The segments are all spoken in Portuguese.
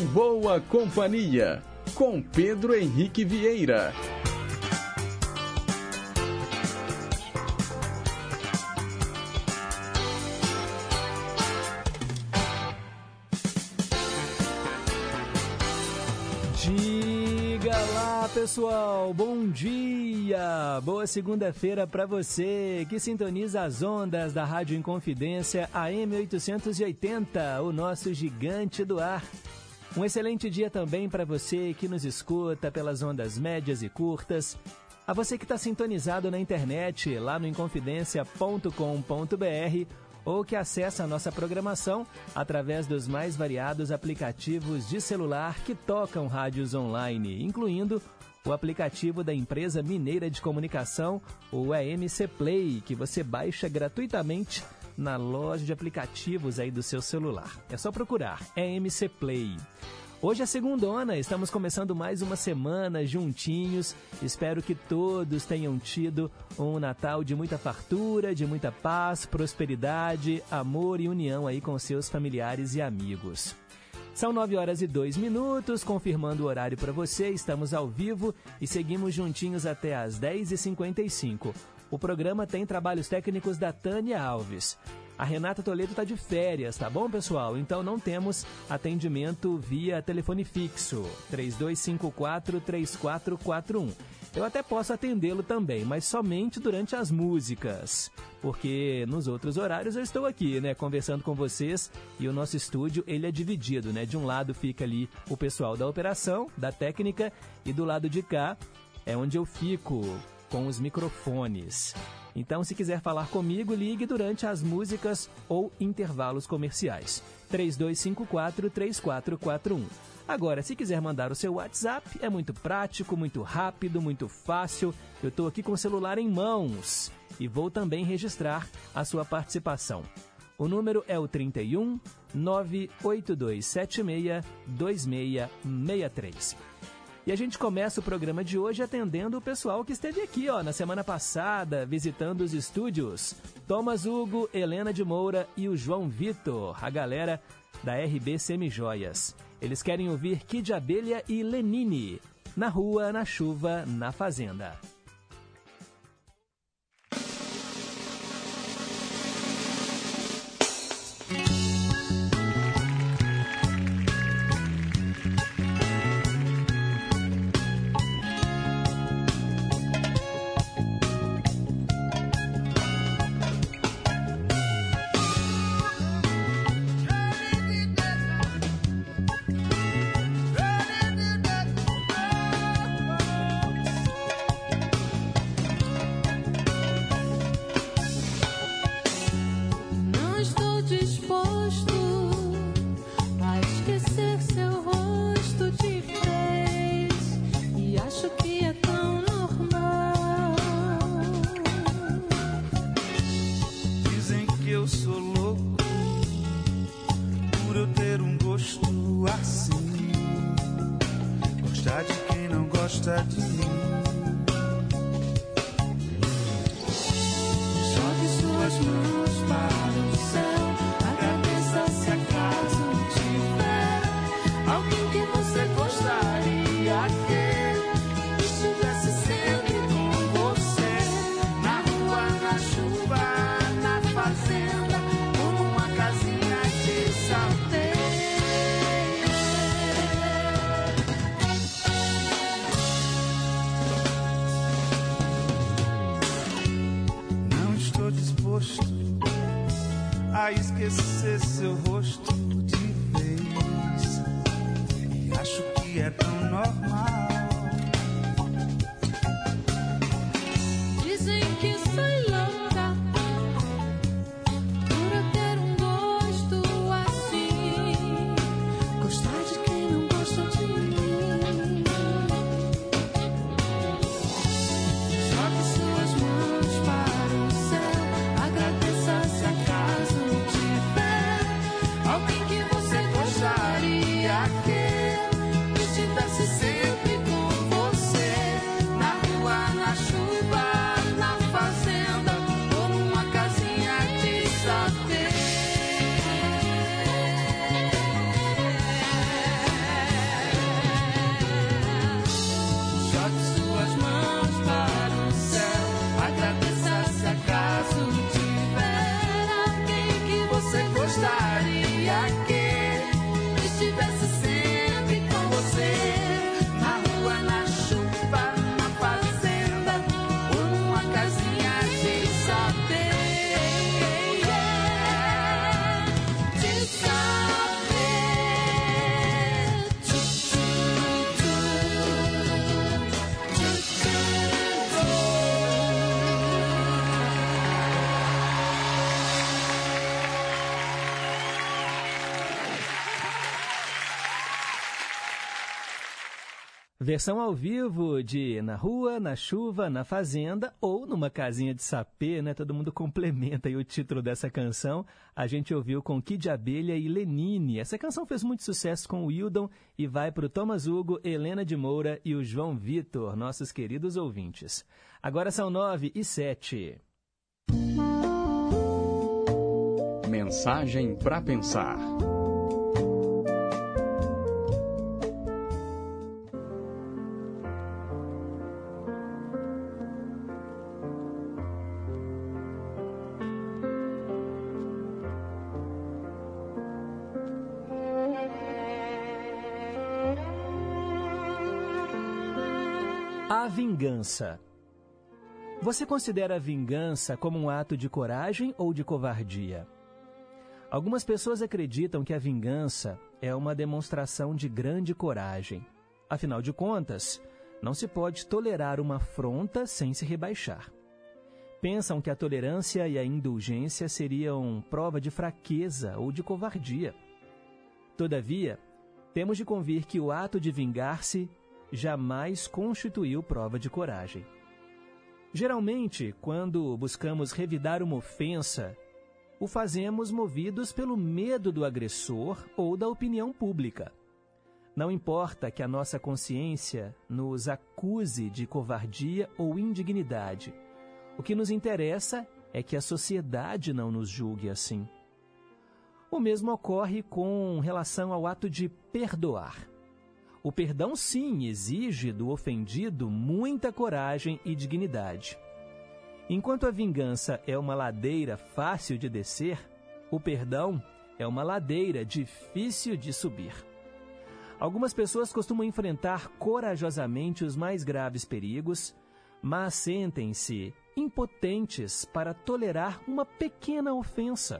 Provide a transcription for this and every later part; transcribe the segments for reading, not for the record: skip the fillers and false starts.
Em Boa Companhia, com Pedro Henrique Vieira. Diga lá, pessoal, bom dia, boa segunda-feira para você que sintoniza as ondas da Rádio Inconfidência AM 880, o nosso gigante do ar. Um excelente dia também para você que nos escuta pelas ondas médias e curtas, a você que está sintonizado na internet, lá no inconfidencia.com.br, ou que acessa a nossa programação através dos mais variados aplicativos de celular que tocam rádios online, incluindo o aplicativo da empresa mineira de comunicação, o EMC Play, que você baixa gratuitamente na loja de aplicativos aí do seu celular. É só procurar EMC Play. Hoje é segundona, estamos começando mais uma semana juntinhos. Espero que todos tenham tido um Natal de muita fartura, de muita paz, prosperidade, amor e união aí com seus familiares e amigos. São 9h02, confirmando o horário para você. Estamos ao vivo e seguimos juntinhos até às 10h55. O programa tem trabalhos técnicos da Tânia Alves. A Renata Toledo está de férias, tá bom, pessoal? Então não temos atendimento via telefone fixo, 3254-3441. Eu até posso atendê-lo também, mas somente durante as músicas, porque nos outros horários eu estou aqui, né, conversando com vocês, e o nosso estúdio, ele é dividido, né? De um lado fica ali o pessoal da operação, da técnica, e do lado de cá é onde eu fico com os microfones. Então, se quiser falar comigo, ligue durante as músicas ou intervalos comerciais. 3254-3441. Agora, se quiser mandar o seu WhatsApp, é muito prático, muito rápido, muito fácil. Eu estou aqui com o celular em mãos e vou também registrar a sua participação. O número é o 31 98276 2663. E a gente começa o programa de hoje atendendo o pessoal que esteve aqui, na semana passada, visitando os estúdios. Thomas Hugo, Helena de Moura e o João Vitor, a galera da RB Semijoias. Eles querem ouvir Kid Abelha e Lenine, na rua, na chuva, na fazenda. A esquecer seu rosto de vez, e acho que é tão normal. Dizem que sou louca por eu ter um gosto assim, gostar de quem não gosta de mim. Jogue suas mãos para o céu, agradeça se acaso tiver alguém Versão ao vivo de Na Rua, na Chuva, na Fazenda ou numa casinha de sapê, né? Todo mundo complementa aí o título dessa canção. A gente ouviu com Kid Abelha e Lenine. Essa canção fez muito sucesso com o Wildon e vai para o Thomas Hugo, Helena de Moura e o João Vitor, nossos queridos ouvintes. Agora são 9h07. Mensagem para pensar. A vingança. Você considera a vingança como um ato de coragem ou de covardia? Algumas pessoas acreditam que a vingança é uma demonstração de grande coragem. Afinal de contas, não se pode tolerar uma afronta sem se rebaixar. Pensam que a tolerância e a indulgência seriam prova de fraqueza ou de covardia. Todavia, temos de convir que o ato de vingar-se jamais constituiu prova de coragem. Geralmente, quando buscamos revidar uma ofensa, o fazemos movidos pelo medo do agressor ou da opinião pública. Não importa que a nossa consciência nos acuse de covardia ou indignidade. O que nos interessa é que a sociedade não nos julgue assim. O mesmo ocorre com relação ao ato de perdoar. O perdão, sim, exige do ofendido muita coragem e dignidade. Enquanto a vingança é uma ladeira fácil de descer, o perdão é uma ladeira difícil de subir. Algumas pessoas costumam enfrentar corajosamente os mais graves perigos, mas sentem-se impotentes para tolerar uma pequena ofensa.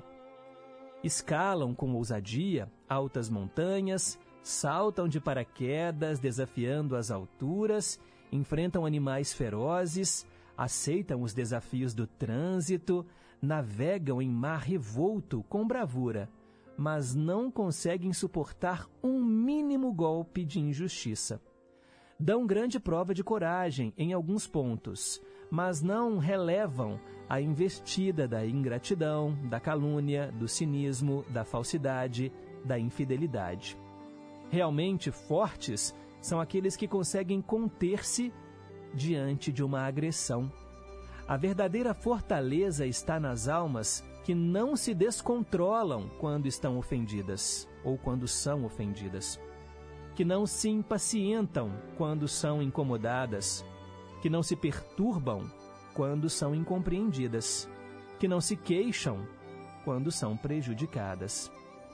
Escalam com ousadia altas montanhas, saltam de paraquedas desafiando as alturas, enfrentam animais ferozes, aceitam os desafios do trânsito, navegam em mar revolto com bravura, mas não conseguem suportar um mínimo golpe de injustiça. Dão grande prova de coragem em alguns pontos, mas não relevam a investida da ingratidão, da calúnia, do cinismo, da falsidade, da infidelidade. Realmente fortes são aqueles que conseguem conter-se diante de uma agressão. A verdadeira fortaleza está nas almas que não se descontrolam quando estão ofendidas ou quando são ofendidas, que não se impacientam quando são incomodadas, que não se perturbam quando são incompreendidas, que não se queixam quando são prejudicadas.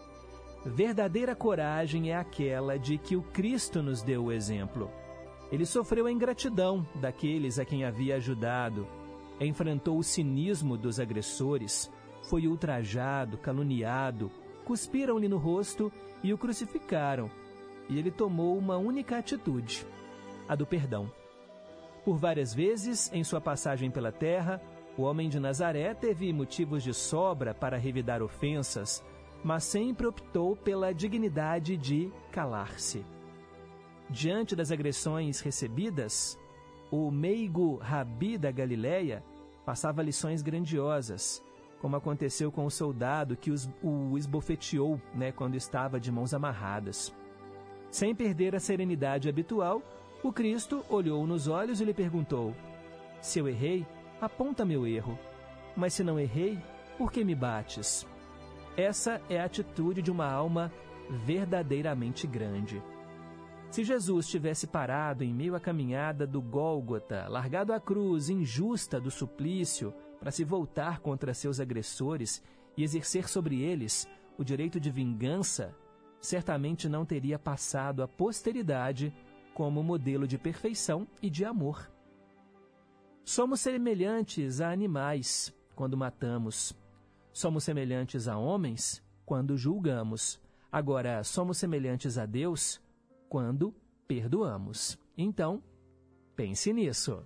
Verdadeira coragem é aquela de que o Cristo nos deu o exemplo. Ele sofreu a ingratidão daqueles a quem havia ajudado, enfrentou o cinismo dos agressores, foi ultrajado, caluniado, cuspiram-lhe no rosto e o crucificaram. E ele tomou uma única atitude, a do perdão. Por várias vezes, em sua passagem pela terra, o homem de Nazaré teve motivos de sobra para revidar ofensas, mas sempre optou pela dignidade de calar-se. Diante das agressões recebidas, o meigo Rabi da Galileia passava lições grandiosas, como aconteceu com o soldado que o esbofeteou, quando estava de mãos amarradas. Sem perder a serenidade habitual, o Cristo olhou nos olhos e lhe perguntou: se eu errei, aponta meu erro, mas se não errei, por que me bates? Essa é a atitude de uma alma verdadeiramente grande. Se Jesus tivesse parado em meio à caminhada do Gólgota, largado a cruz injusta do suplício para se voltar contra seus agressores e exercer sobre eles o direito de vingança, certamente não teria passado à posteridade como modelo de perfeição e de amor. Somos semelhantes a animais quando matamos. Somos semelhantes a homens quando julgamos. Agora, somos semelhantes a Deus quando perdoamos. Então, pense nisso.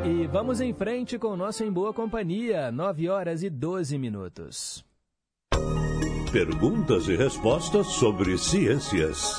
E vamos em frente com o nosso Em Boa Companhia, 9h12. Perguntas e respostas sobre ciências.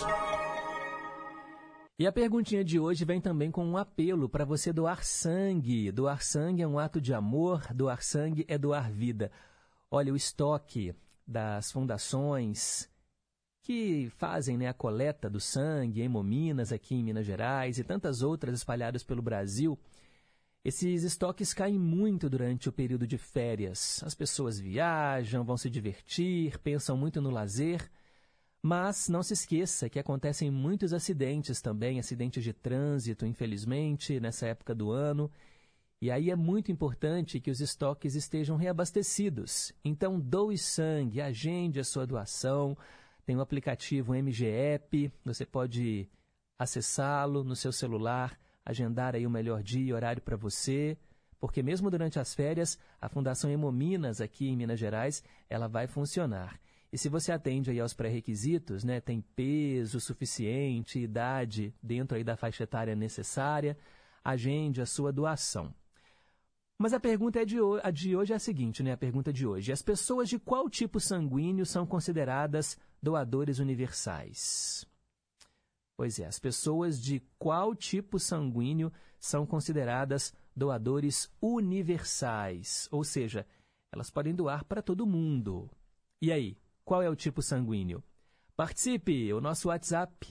E a perguntinha de hoje vem também com um apelo para você doar sangue. Doar sangue é um ato de amor, doar sangue é doar vida. Olha, o estoque das fundações que fazem, né, a coleta do sangue, Hemominas aqui em Minas Gerais e tantas outras espalhadas pelo Brasil, esses estoques caem muito durante o período de férias. As pessoas viajam, vão se divertir, pensam muito no lazer, mas não se esqueça que acontecem muitos acidentes também, acidentes de trânsito, infelizmente, nessa época do ano. E aí é muito importante que os estoques estejam reabastecidos. Então, doe sangue, agende a sua doação. Tem o aplicativo MGEP, você pode acessá-lo no seu celular, agendar aí o melhor dia e horário para você, porque mesmo durante as férias, a Fundação Hemominas aqui em Minas Gerais, ela vai funcionar. E se você atende aí aos pré-requisitos, né, tem peso suficiente, idade dentro aí da faixa etária necessária, agende a sua doação. Mas a pergunta de hoje é a seguinte, né? A pergunta de hoje: as pessoas de qual tipo sanguíneo são consideradas doadores universais? Pois é, as pessoas de qual tipo sanguíneo são consideradas doadores universais? Ou seja, elas podem doar para todo mundo. E aí, qual é o tipo sanguíneo? Participe! O nosso WhatsApp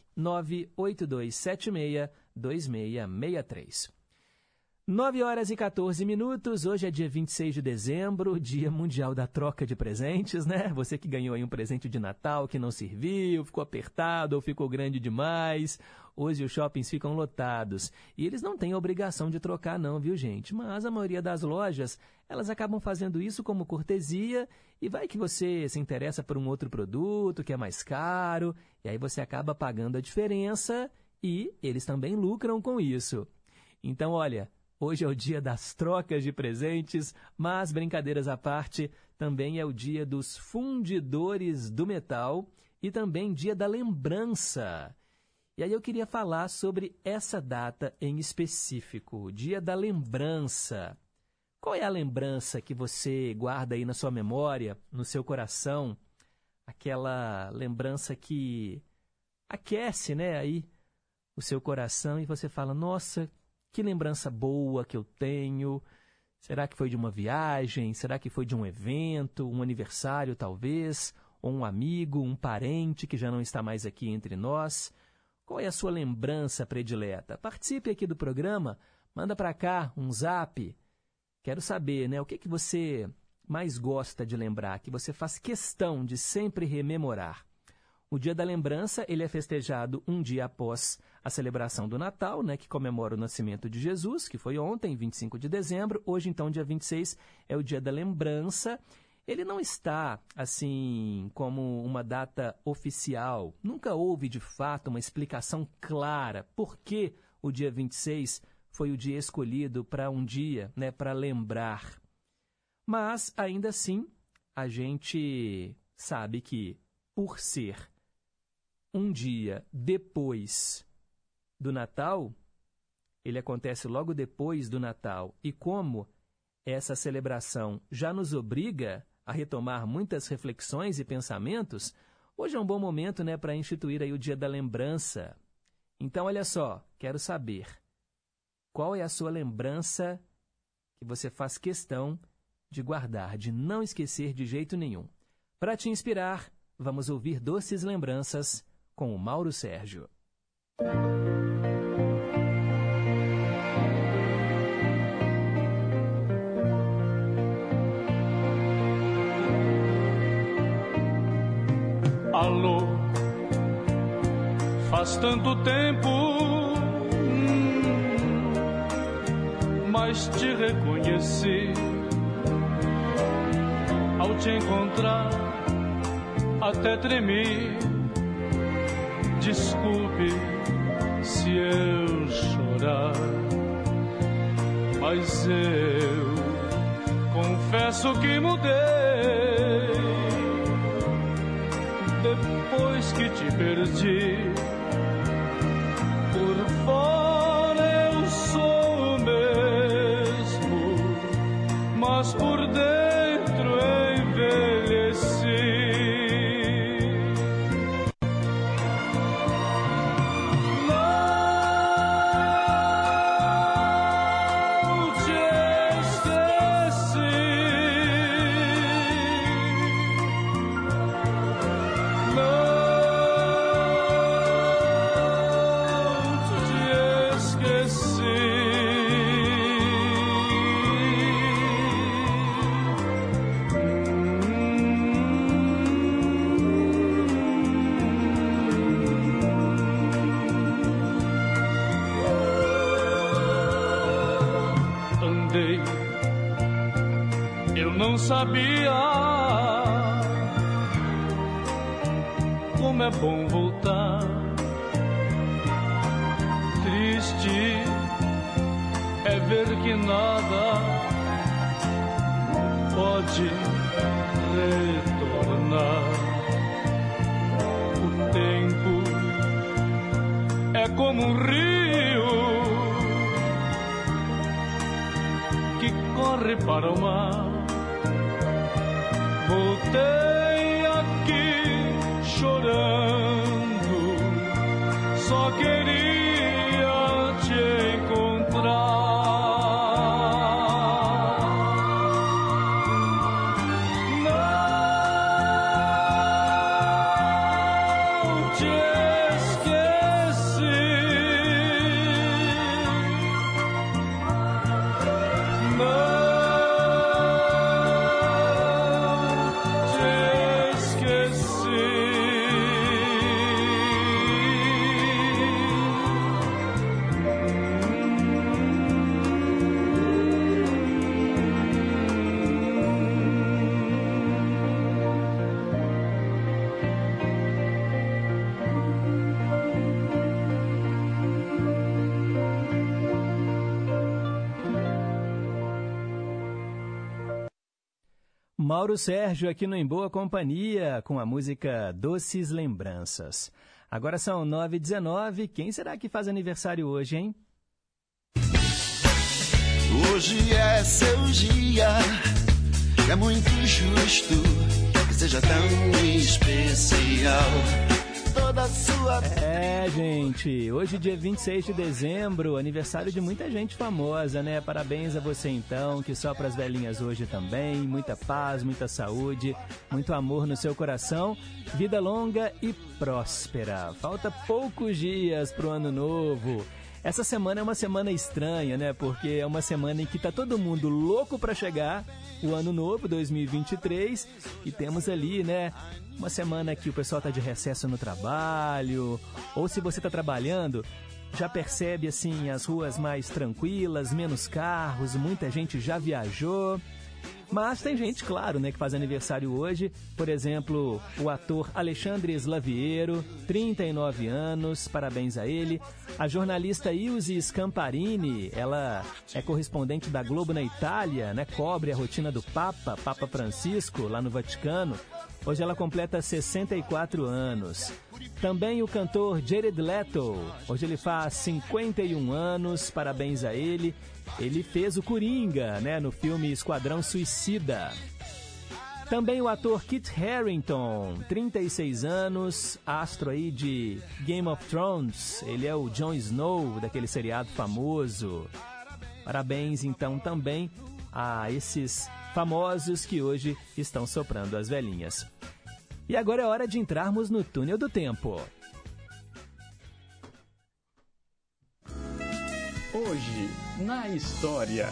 982762663. 9h14, hoje é dia 26 de dezembro, Dia Mundial da Troca de Presentes, né? Você que ganhou aí um presente de Natal que não serviu, ficou apertado ou ficou grande demais. Hoje os shoppings ficam lotados e eles não têm a obrigação de trocar não, viu gente? Mas a maioria das lojas, elas acabam fazendo isso como cortesia e vai que você se interessa por um outro produto que é mais caro e aí você acaba pagando a diferença e eles também lucram com isso. Então, olha, hoje é o dia das trocas de presentes, mas, brincadeiras à parte, também é o dia dos fundidores do metal e também dia da lembrança. E aí eu queria falar sobre essa data em específico, o dia da lembrança. Qual é a lembrança que você guarda aí na sua memória, no seu coração? Aquela lembrança que aquece, né, aí o seu coração e você fala, nossa, que lembrança boa que eu tenho. Será que foi de uma viagem? Será que foi de um evento, um aniversário talvez? Ou um amigo, um parente que já não está mais aqui entre nós? Qual é a sua lembrança predileta? Participe aqui do programa, manda para cá um zap. Quero saber, né, o que você mais gosta de lembrar, que você faz questão de sempre rememorar. O Dia da Lembrança, ele é festejado um dia após a celebração do Natal, né, que comemora o nascimento de Jesus, que foi ontem, 25 de dezembro. Hoje, então, dia 26, é o Dia da Lembrança. Ele não está, assim, como uma data oficial. Nunca houve, de fato, uma explicação clara por que o dia 26 foi o dia escolhido para um dia, né, para lembrar. Mas, ainda assim, a gente sabe que, por ser um dia depois do Natal, ele acontece logo depois do Natal. E como essa celebração já nos obriga a retomar muitas reflexões e pensamentos, hoje é um bom momento, né, para instituir aí o Dia da Lembrança. Então, olha só, quero saber, qual é a sua lembrança que você faz questão de guardar, de não esquecer de jeito nenhum? Para te inspirar, vamos ouvir Doces Lembranças com o Mauro Sérgio. Alô, faz tanto tempo, mas te reconheci. Ao te encontrar, até tremi. Desculpe se eu chorar, mas eu confesso que mudei. Depois que te perdi, por fora eu sou o mesmo, mudei, eu não sabia como é bom voltar. Triste é ver que nada pode retornar. O tempo é como um rio que corre para o mar. Voltei aqui chorando, só queria te encontrar. Mauro Sérgio aqui no Em Boa Companhia, com a música Doces Lembranças. Agora são 9h19, quem será que faz aniversário hoje, hein? Hoje é seu dia, é muito justo que seja tão especial. Toda a sua... gente, hoje dia 26 de dezembro, aniversário de muita gente famosa, né? Parabéns a você então, que sopra as velhinhas hoje também, muita paz, muita saúde, muito amor no seu coração, vida longa e próspera. Falta poucos dias pro ano novo. Essa semana é uma semana estranha, né? Porque é uma semana em que tá todo mundo louco para chegar o ano novo, 2023, e temos ali, né, uma semana que o pessoal tá de recesso no trabalho, ou se você tá trabalhando, já percebe, assim, as ruas mais tranquilas, menos carros, muita gente já viajou. Mas tem gente, claro, né, que faz aniversário hoje. Por exemplo, o ator Alexandre Slaviero, 39 anos, parabéns a ele. A jornalista Ilse Scamparini, ela é correspondente da Globo na Itália, né, cobre a rotina do Papa Francisco, lá no Vaticano. Hoje ela completa 64 anos. Também o cantor Jared Leto, hoje ele faz 51 anos, parabéns a ele. Ele fez o Coringa, né, no filme Esquadrão Suicida. Também o ator Kit Harington, 36 anos, astro aí de Game of Thrones. Ele é o Jon Snow, daquele seriado famoso. Parabéns, então, também a esses famosos que hoje estão soprando as velhinhas. E agora é hora de entrarmos no túnel do tempo. Hoje, na história.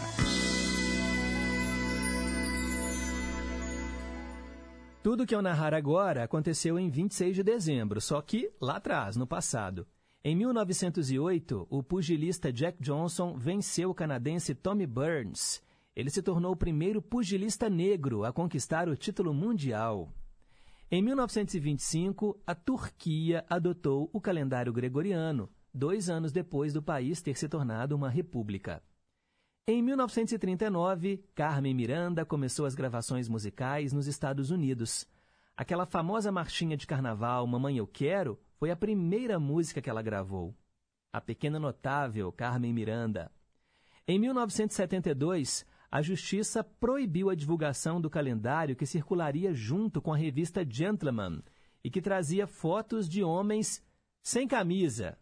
Tudo que eu narrar agora aconteceu em 26 de dezembro, só que lá atrás, no passado. Em 1908, o pugilista Jack Johnson venceu o canadense Tommy Burns. Ele se tornou o primeiro pugilista negro a conquistar o título mundial. Em 1925, a Turquia adotou o calendário gregoriano, 2 anos depois do país ter se tornado uma república. Em 1939, Carmen Miranda começou as gravações musicais nos Estados Unidos. Aquela famosa marchinha de carnaval, Mamãe Eu Quero, foi a primeira música que ela gravou. A pequena notável Carmen Miranda. Em 1972, a Justiça proibiu a divulgação do calendário que circularia junto com a revista Gentleman e que trazia fotos de homens sem camisa.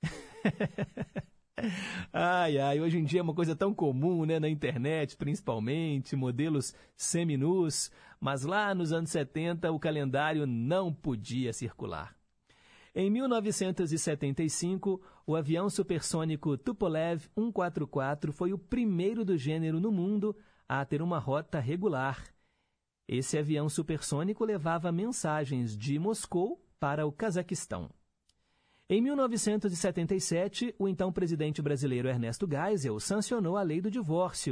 Hoje em dia é uma coisa tão comum, né, na internet, principalmente, modelos seminus, mas lá nos anos 70 o calendário não podia circular. Em 1975, o avião supersônico Tupolev 144 foi o primeiro do gênero no mundo a ter uma rota regular. Esse avião supersônico levava mensagens de Moscou para o Cazaquistão. Em 1977, o então presidente brasileiro Ernesto Geisel sancionou a Lei do Divórcio,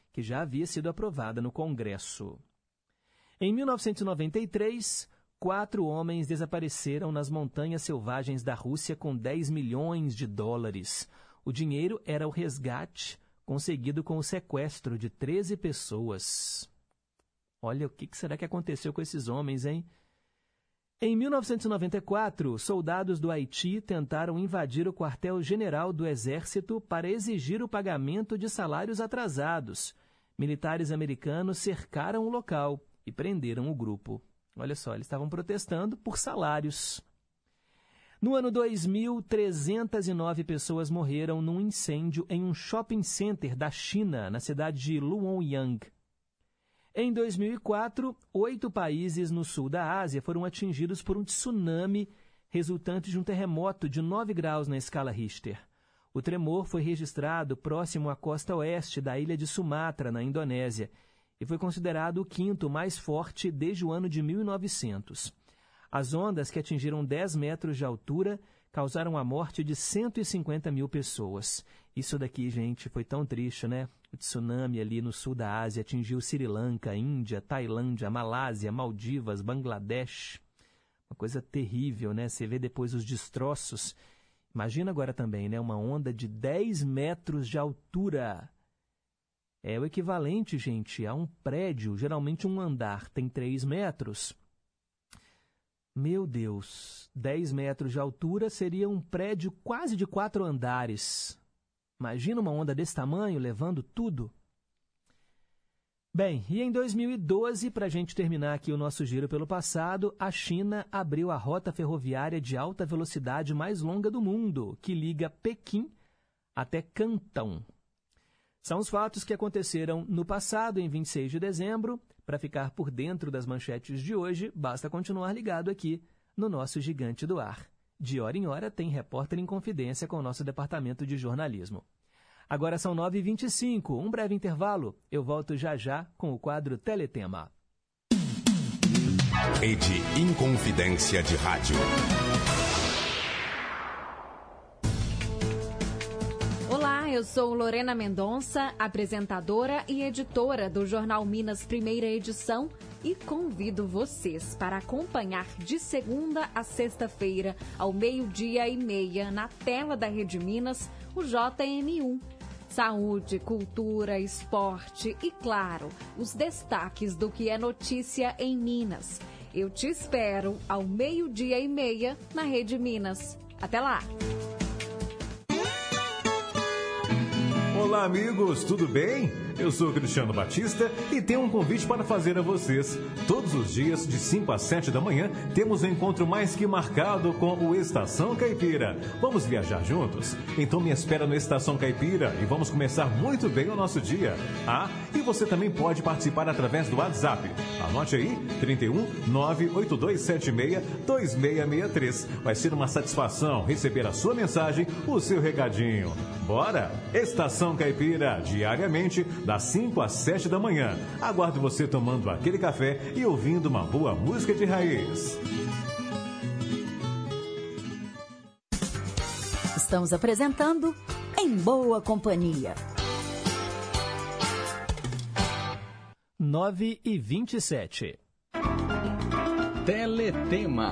que já havia sido aprovada no Congresso. Em 1993, 4 homens desapareceram nas montanhas selvagens da Rússia com 10 milhões de dólares. O dinheiro era o resgate conseguido com o sequestro de 13 pessoas. Olha, o que será que aconteceu com esses homens, hein? Em 1994, soldados do Haiti tentaram invadir o quartel-general do Exército para exigir o pagamento de salários atrasados. Militares americanos cercaram o local e prenderam o grupo. Olha só, eles estavam protestando por salários. No ano 2000, 309 pessoas morreram num incêndio em um shopping center da China, na cidade de Luoyang. Em 2004, 8 países no sul da Ásia foram atingidos por um tsunami resultante de um terremoto de 9 graus na escala Richter. O tremor foi registrado próximo à costa oeste da ilha de Sumatra, na Indonésia, e foi considerado o 5º mais forte desde o ano de 1900. As ondas, que atingiram 10 metros de altura, causaram a morte de 150 mil pessoas. Isso daqui, gente, foi tão triste, né? O tsunami ali no sul da Ásia atingiu Sri Lanka, Índia, Tailândia, Malásia, Maldivas, Bangladesh. Uma coisa terrível, né? Você vê depois os destroços. Imagina agora também, né? Uma onda de 10 metros de altura. É o equivalente, gente, a um prédio. Geralmente um andar tem 3 metros. Meu Deus, 10 metros de altura seria um prédio quase de 4 andares. Imagina uma onda desse tamanho levando tudo. Bem, e em 2012, para a gente terminar aqui o nosso giro pelo passado, a China abriu a rota ferroviária de alta velocidade mais longa do mundo, que liga Pequim até Cantão. São os fatos que aconteceram no passado, em 26 de dezembro. Para ficar por dentro das manchetes de hoje, basta continuar ligado aqui no nosso Gigante do Ar. De hora em hora tem Repórter em Confidência com o nosso departamento de jornalismo. Agora são 9h25, um breve intervalo. Eu volto já já com o quadro Teletema. Rede Inconfidência de Rádio. Olá, eu sou Lorena Mendonça, apresentadora e editora do Jornal Minas Primeira Edição, e convido vocês para acompanhar de segunda a sexta-feira, ao 12:30, na tela da Rede Minas, o JM1. Saúde, cultura, esporte e, claro, os destaques do que é notícia em Minas. Eu te espero ao 12:30 na Rede Minas. Até lá! Olá, amigos, tudo bem? Eu sou Cristiano Batista e tenho um convite para fazer a vocês. Todos os dias, de 5 às 7 da manhã, temos um encontro mais que marcado com o Estação Caipira. Vamos viajar juntos? Então me espera no Estação Caipira e vamos começar muito bem o nosso dia. Ah, e você também pode participar através do WhatsApp. Anote aí, 31 98276 2663. Vai ser uma satisfação receber a sua mensagem, o seu recadinho. Bora? Estação Caipira, diariamente, das 5 às 7 da manhã. Aguardo você tomando aquele café e ouvindo uma boa música de raiz. Estamos apresentando Em Boa Companhia. 9h27. Teletema.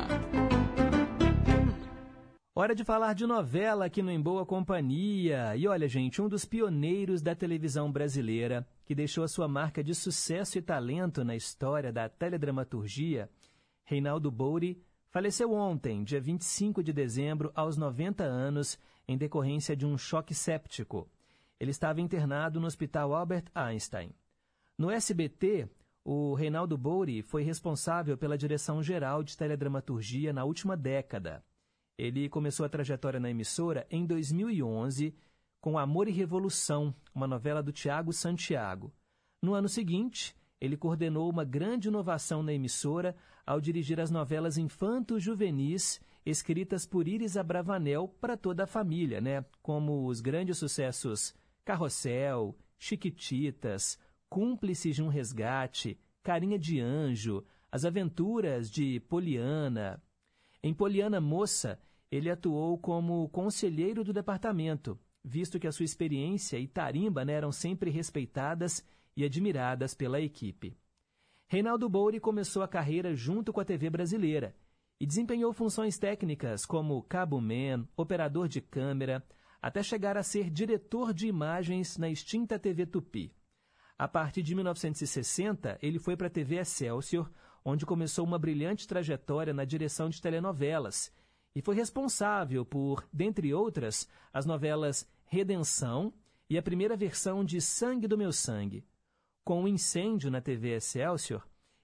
Hora de falar de novela aqui no Em Boa Companhia. E olha, gente, um dos pioneiros da televisão brasileira, que deixou a sua marca de sucesso e talento na história da teledramaturgia, Reinaldo Bouri, faleceu ontem, dia 25 de dezembro, aos 90 anos, em decorrência de um choque séptico. Ele estava internado no Hospital Albert Einstein. No SBT, o Reinaldo Bouri foi responsável pela direção geral de teledramaturgia na última década. Ele começou a trajetória na emissora em 2011 com Amor e Revolução, uma novela do Tiago Santiago. No ano seguinte, ele coordenou uma grande inovação na emissora ao dirigir as novelas infanto-juvenis escritas por Iris Abravanel para toda a família, né? Como os grandes sucessos Carrossel, Chiquititas, Cúmplices de um Resgate, Carinha de Anjo, As Aventuras de Poliana. Em Poliana Moça, ele atuou como conselheiro do departamento, visto que a sua experiência e tarimba, né, eram sempre respeitadas e admiradas pela equipe. Reinaldo Bouri começou a carreira junto com a TV brasileira e desempenhou funções técnicas como cabo-man, operador de câmera, até chegar a ser diretor de imagens na extinta TV Tupi. A partir de 1960, ele foi para a TV Excelsior, onde começou uma brilhante trajetória na direção de telenovelas e foi responsável por, dentre outras, as novelas Redenção e a primeira versão de Sangue do Meu Sangue. Com o incêndio na TV Excelsior,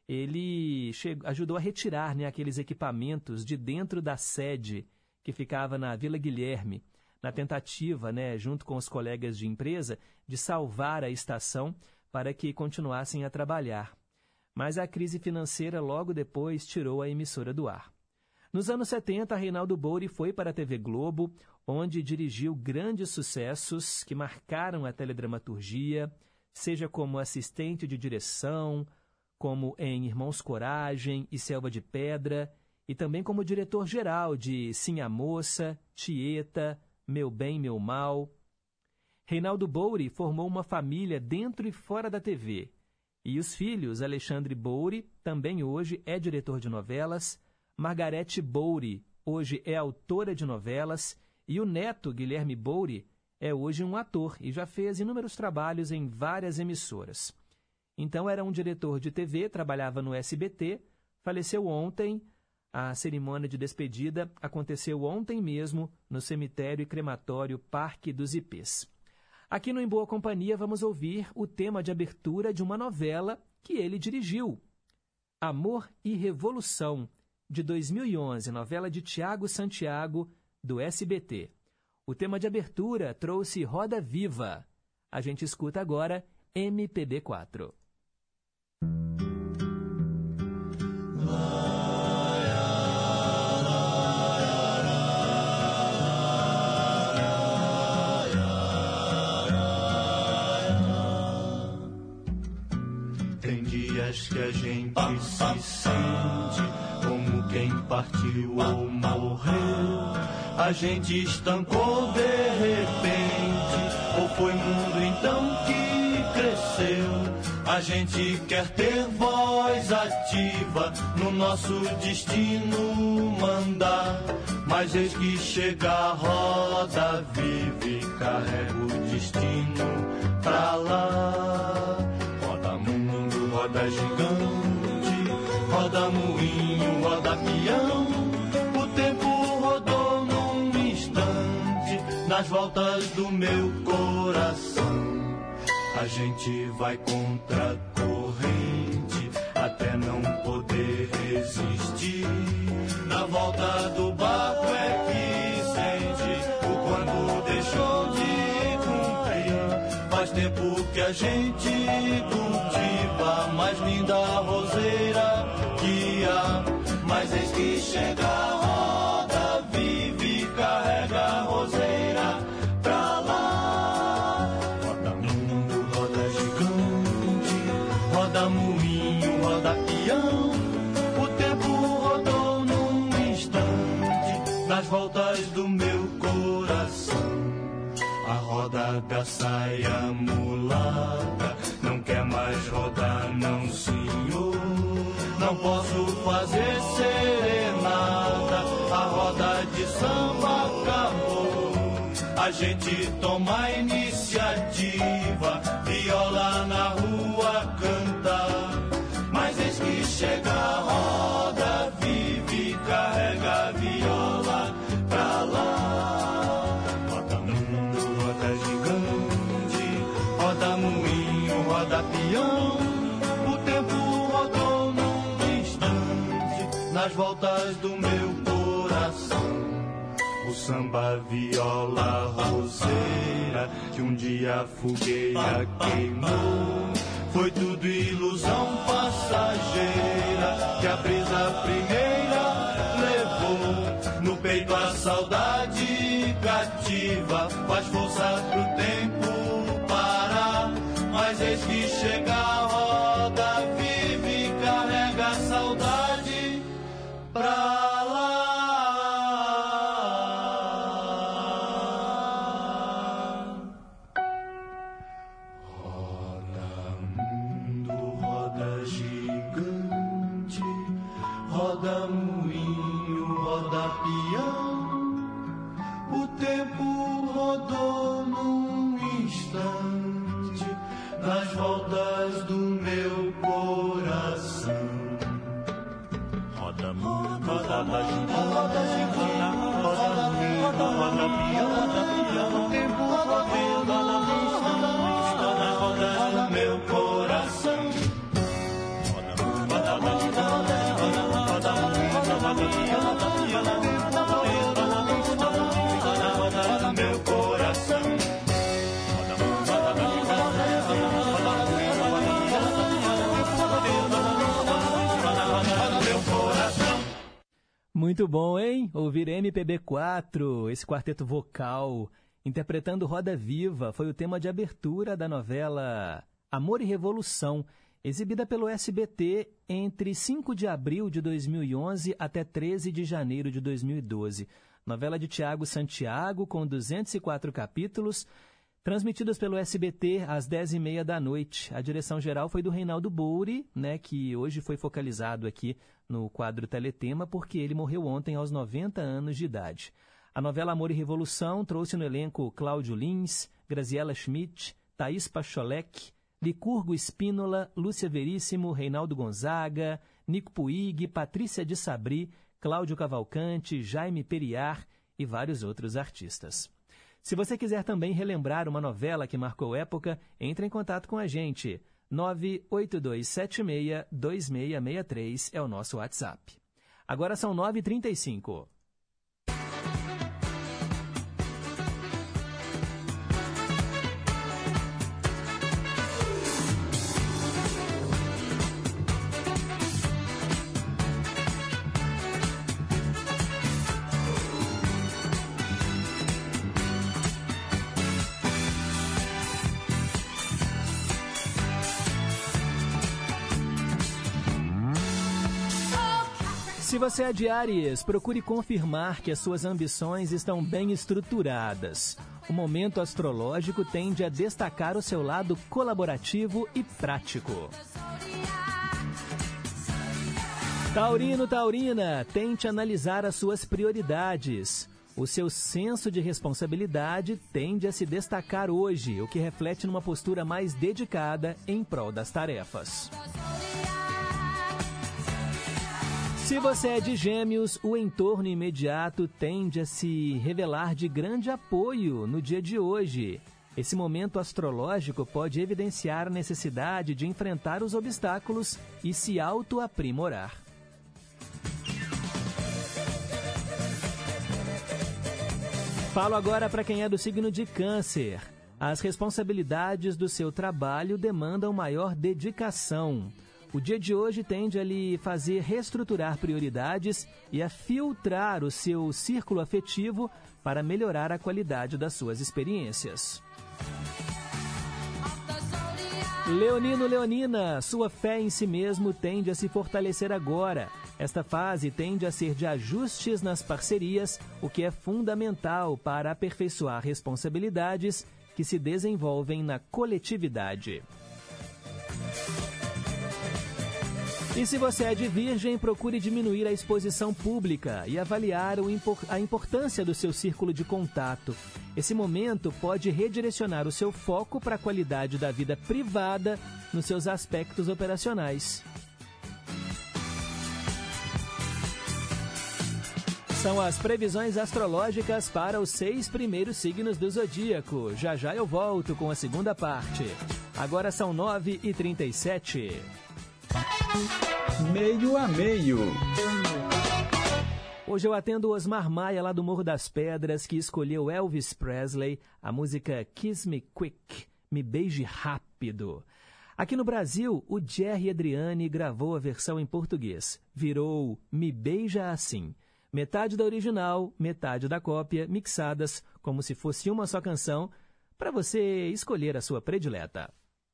ele ajudou a retirar aqueles equipamentos de dentro da sede que ficava na Vila Guilherme, na tentativa, junto com os colegas de empresa, de salvar a estação para que continuassem a trabalhar. Mas a crise financeira logo depois tirou a emissora do ar. Nos anos 70, Reinaldo Bouri foi para a TV Globo, onde dirigiu grandes sucessos que marcaram a teledramaturgia, seja como assistente de direção, como em Irmãos Coragem e Selva de Pedra, e também como diretor-geral de Sim a Moça, Tieta, Meu Bem, Meu Mal. Reinaldo Bouri formou uma família dentro e fora da TV. E os filhos, Alexandre Bouri, também hoje é diretor de novelas, Margarete Bouri, hoje é autora de novelas, e o neto, Guilherme Bouri, é hoje um ator e já fez inúmeros trabalhos em várias emissoras. Então era um diretor de TV, trabalhava no SBT, faleceu ontem. A cerimônia de despedida aconteceu ontem mesmo no cemitério e crematório Parque dos Ipês. Aqui no Em Boa Companhia vamos ouvir o tema de abertura de uma novela que ele dirigiu. Amor e Revolução, de 2011, novela de Tiago Santiago, do SBT. O tema de abertura trouxe Roda Viva. A gente escuta agora MPB4. Tem dias que a gente se sente como quem partiu ou morreu. A gente estancou de repente, ou foi mundo então que cresceu. A gente quer ter voz ativa, no nosso destino mandar. Mas eis que chega a roda viva e carrega o destino pra lá. Roda mundo, roda gigante, roda moinho, roda peão. O tempo rodou num instante, nas voltas do meu coração. A gente vai contra a corrente, até não poder resistir. Na volta do barco é que sente o quanto deixou de cumprir. Faz tempo que a gente cultiva a mais linda roseira que há. Mas eis que chega a roda viva e carrega a roseira pra lá. Roda mundo, roda gigante, roda moinho, roda peão. O tempo rodou num instante, nas voltas do meu coração. A roda da saia mulata não quer mais rodar, não senhor. Não posso fazer serenata, a roda de samba acabou. A gente toma a iniciativa, viola na rua cantar. Mas eis que chega a roda viva e carrega a viola pra lá. Roda mundo, roda gigante, roda moinho, roda peão. O tempo rodou num instante, nas voltas do meu coração. O samba, viola, roseira, que um dia a fogueira queimou. Foi tudo ilusão passageira, que a brisa primeira levou. No peito a saudade cativa, faz força pro tempo parar. Mas eis que chega a roda viva e carrega a saudade pra lá. Roda Muito bom, hein? Ouvir MPB4, esse quarteto vocal, interpretando Roda Viva, foi o tema de abertura da novela Amor e Revolução, exibida pelo SBT entre 5 de abril de 2011 até 13 de janeiro de 2012. Novela de Tiago Santiago, com 204 capítulos, transmitidos pelo SBT às 10h30 da noite. A direção geral foi do Reinaldo Bouri, né, que hoje foi focalizado aqui no quadro Teletema, porque ele morreu ontem aos 90 anos de idade. A novela Amor e Revolução trouxe no elenco Cláudio Lins, Graziella Schmidt, Thaís Pacholec, Licurgo Espínola, Lúcia Veríssimo, Reinaldo Gonzaga, Nico Puig, Patrícia de Sabri, Cláudio Cavalcante, Jaime Periar e vários outros artistas. Se você quiser também relembrar uma novela que marcou época, entre em contato com a gente. 982762663 é o nosso WhatsApp. Agora são 9h35. Se você é de Áries, procure confirmar que as suas ambições estão bem estruturadas. O momento astrológico tende a destacar o seu lado colaborativo e prático. Taurino, taurina, tente analisar as suas prioridades. O seu senso de responsabilidade tende a se destacar hoje, o que reflete numa postura mais dedicada em prol das tarefas. Se você é de Gêmeos, o entorno imediato tende a se revelar de grande apoio no dia de hoje. Esse momento astrológico pode evidenciar a necessidade de enfrentar os obstáculos e se autoaprimorar. Falo agora para quem é do signo de Câncer. As responsabilidades do seu trabalho demandam maior dedicação. O dia de hoje tende a lhe fazer reestruturar prioridades e a filtrar o seu círculo afetivo para melhorar a qualidade das suas experiências. Leonino, leonina, sua fé em si mesmo tende a se fortalecer agora. Esta fase tende a ser de ajustes nas parcerias, o que é fundamental para aperfeiçoar responsabilidades que se desenvolvem na coletividade. E se você é de Virgem, procure diminuir a exposição pública e avaliar a importância do seu círculo de contato. Esse momento pode redirecionar o seu foco para a qualidade da vida privada nos seus aspectos operacionais. São as previsões astrológicas para os 6 primeiros signos do zodíaco. Já já eu volto com a segunda parte. Agora são 9h37. Meio a meio. Hoje eu atendo o Osmar Maia, lá do Morro das Pedras, que escolheu Elvis Presley, a música Kiss Me Quick, Me Beije Rápido. Aqui no Brasil, o Jerry Adriani gravou a versão em português. Virou Me Beija Assim. Metade da original, metade da cópia, mixadas como se fosse uma só canção, para você escolher a sua predileta.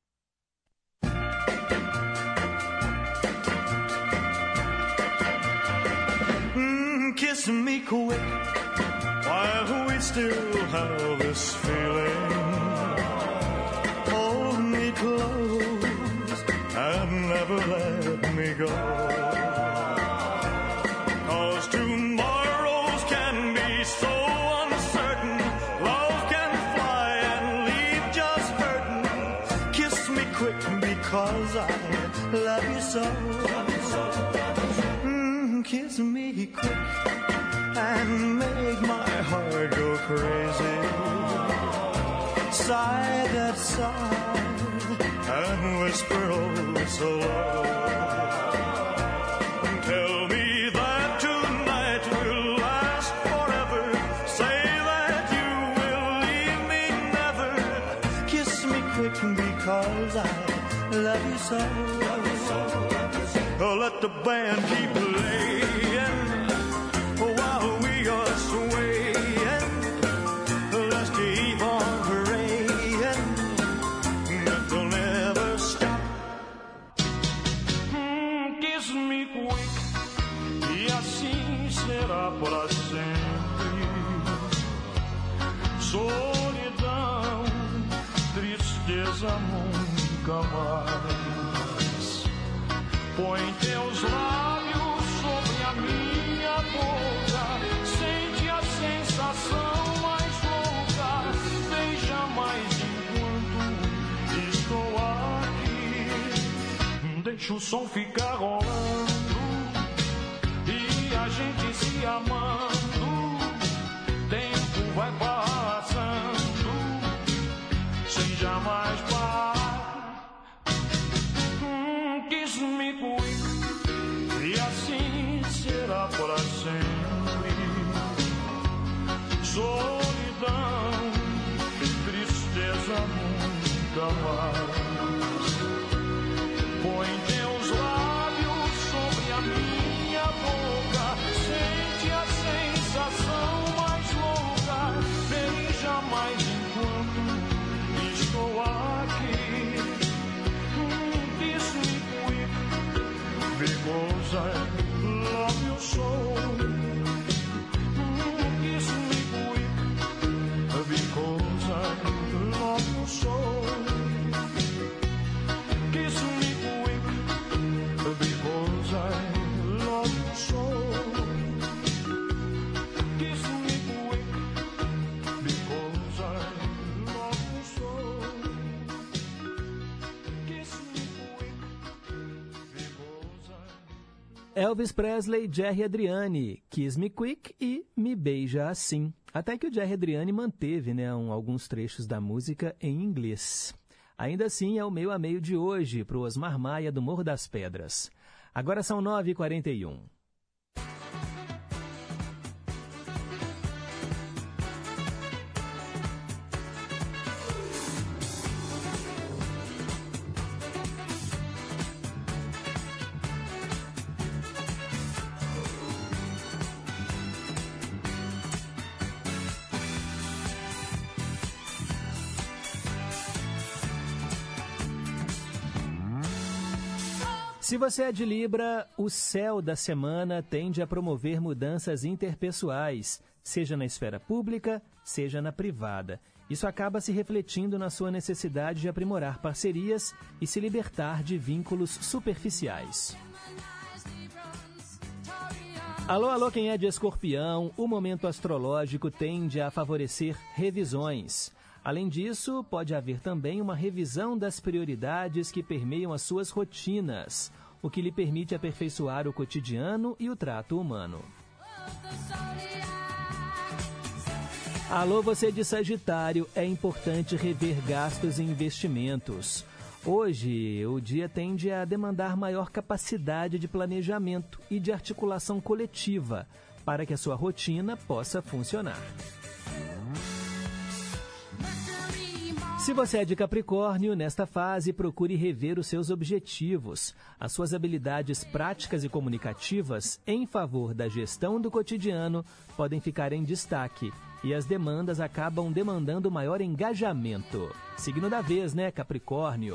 Kiss me quick while we still have this feeling. Hold me close and never let me go. 'Cause tomorrows can be so uncertain. Love can fly and leave just hurting. Kiss me quick because I love you so. Kiss me quick and make my heart go crazy. Sigh that sigh and whisper oh so low. Tell me that tonight will last forever. Say that you will leave me never. Kiss me quick because I love you so. Oh, let the band keep playing. tristeza nunca mais. Põe teus lábios sobre a minha boca, sente a sensação mais louca, beija mais enquanto estou aqui. Deixa o som ficar rolando e a gente se amando. Tempo vai passando sem jamais parar. Kiss me quick, e assim será para sempre. Solidão, tristeza nunca mais. Põe teus lábios sobre a minha boca, sente a sensação mais louca, beija mais enquanto estou aqui. Kiss me quick, because I love you so. Kiss me quick, because I love you so. Kiss me quick, because I love you so. Kiss me quick, because I love you so. Kiss me quick, because I... Elvis Presley, Jerry Adriani, Kiss Me Quick e Me Beija Assim. Até que o Jerry Adriani manteve, né, alguns trechos da música em inglês. Ainda assim, é o meio a meio de hoje para o Osmar Maia do Morro das Pedras. Agora são 9h41. Se você é de Libra, o céu da semana tende a promover mudanças interpessoais, seja na esfera pública, seja na privada. Isso acaba se refletindo na sua necessidade de aprimorar parcerias e se libertar de vínculos superficiais. Alô, alô, quem é de Escorpião, o momento astrológico tende a favorecer revisões. Além disso, pode haver também uma revisão das prioridades que permeiam as suas rotinas, o que lhe permite aperfeiçoar o cotidiano e o trato humano. Alô, você de Sagitário, é importante rever gastos e investimentos. Hoje, o dia tende a demandar maior capacidade de planejamento e de articulação coletiva, para que a sua rotina possa funcionar. Se você é de Capricórnio, nesta fase, procure rever os seus objetivos. As suas habilidades práticas e comunicativas em favor da gestão do cotidiano podem ficar em destaque e as demandas acabam demandando maior engajamento. Signo da vez, né, Capricórnio?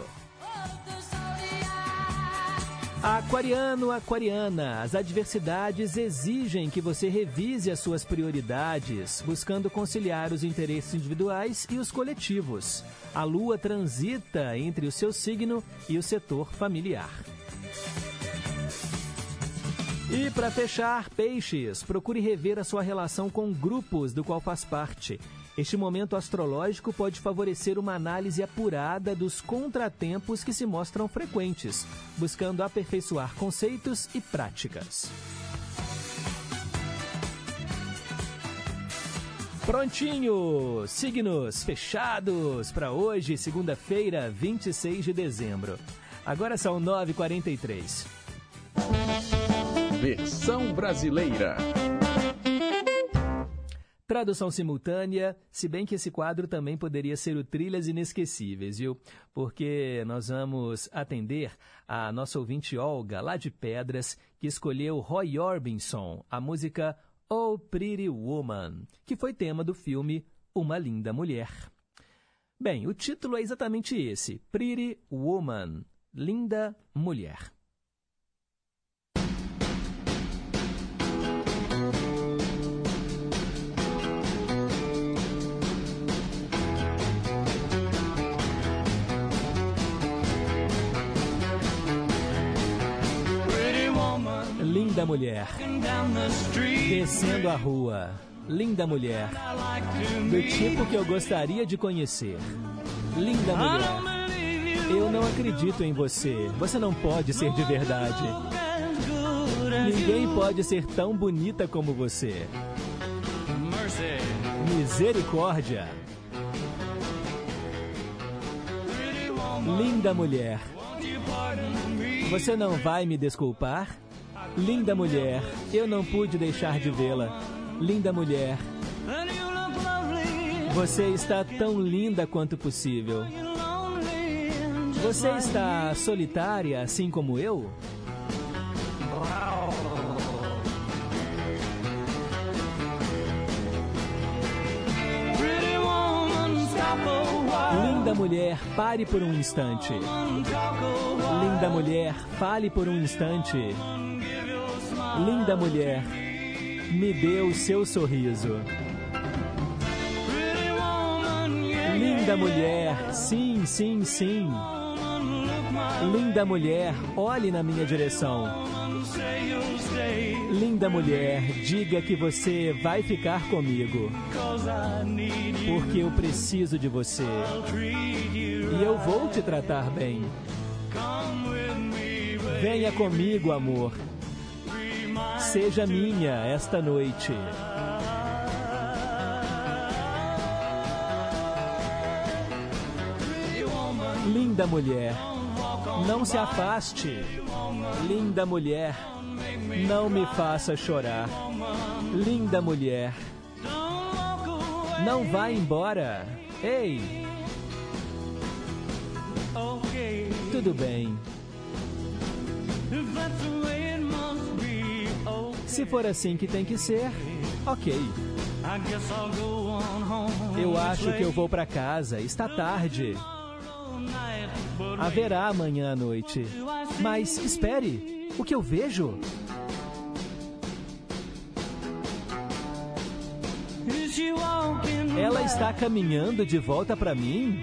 Aquariano, aquariana, as adversidades exigem que você revise as suas prioridades, buscando conciliar os interesses individuais e os coletivos. A Lua transita entre o seu signo e o setor familiar. E para fechar, Peixes, procure rever a sua relação com grupos do qual faz parte. Este momento astrológico pode favorecer uma análise apurada dos contratempos que se mostram frequentes, buscando aperfeiçoar conceitos e práticas. Prontinho! Signos fechados para hoje, segunda-feira, 26 de dezembro. Agora são 9h43. Versão brasileira. Tradução simultânea, se bem que esse quadro também poderia ser o Trilhas Inesquecíveis, viu? Porque nós vamos atender a nossa ouvinte Olga, lá de Pedras, que escolheu Roy Orbison, a música Oh Pretty Woman, que foi tema do filme Uma Linda Mulher. Bem, o título é exatamente esse, Pretty Woman, Linda Mulher. Linda mulher, descendo a rua. Linda mulher, do tipo que eu gostaria de conhecer. Linda mulher, eu não acredito em você. Você não pode ser de verdade. Ninguém pode ser tão bonita como você. Misericórdia. Linda mulher, você não vai me desculpar? Linda mulher, eu não pude deixar de vê-la. Linda mulher, você está tão linda quanto possível. Você está solitária assim como eu? Linda mulher, pare por um instante. Linda mulher, fale por um instante. Linda mulher, me dê o seu sorriso. Linda mulher, sim, sim, sim. Linda mulher, olhe na minha direção. Linda mulher, diga que você vai ficar comigo, porque eu preciso de você e eu vou te tratar bem. Venha comigo, amor. Seja minha esta noite. Linda mulher, não se afaste. Linda mulher, não me faça chorar. Linda mulher, não vá embora. Ei! Tudo bem. Se for assim que tem que ser, ok. Eu acho que eu vou para casa, está tarde. Haverá amanhã à noite. Mas espere, o que eu vejo? Ela está caminhando de volta para mim?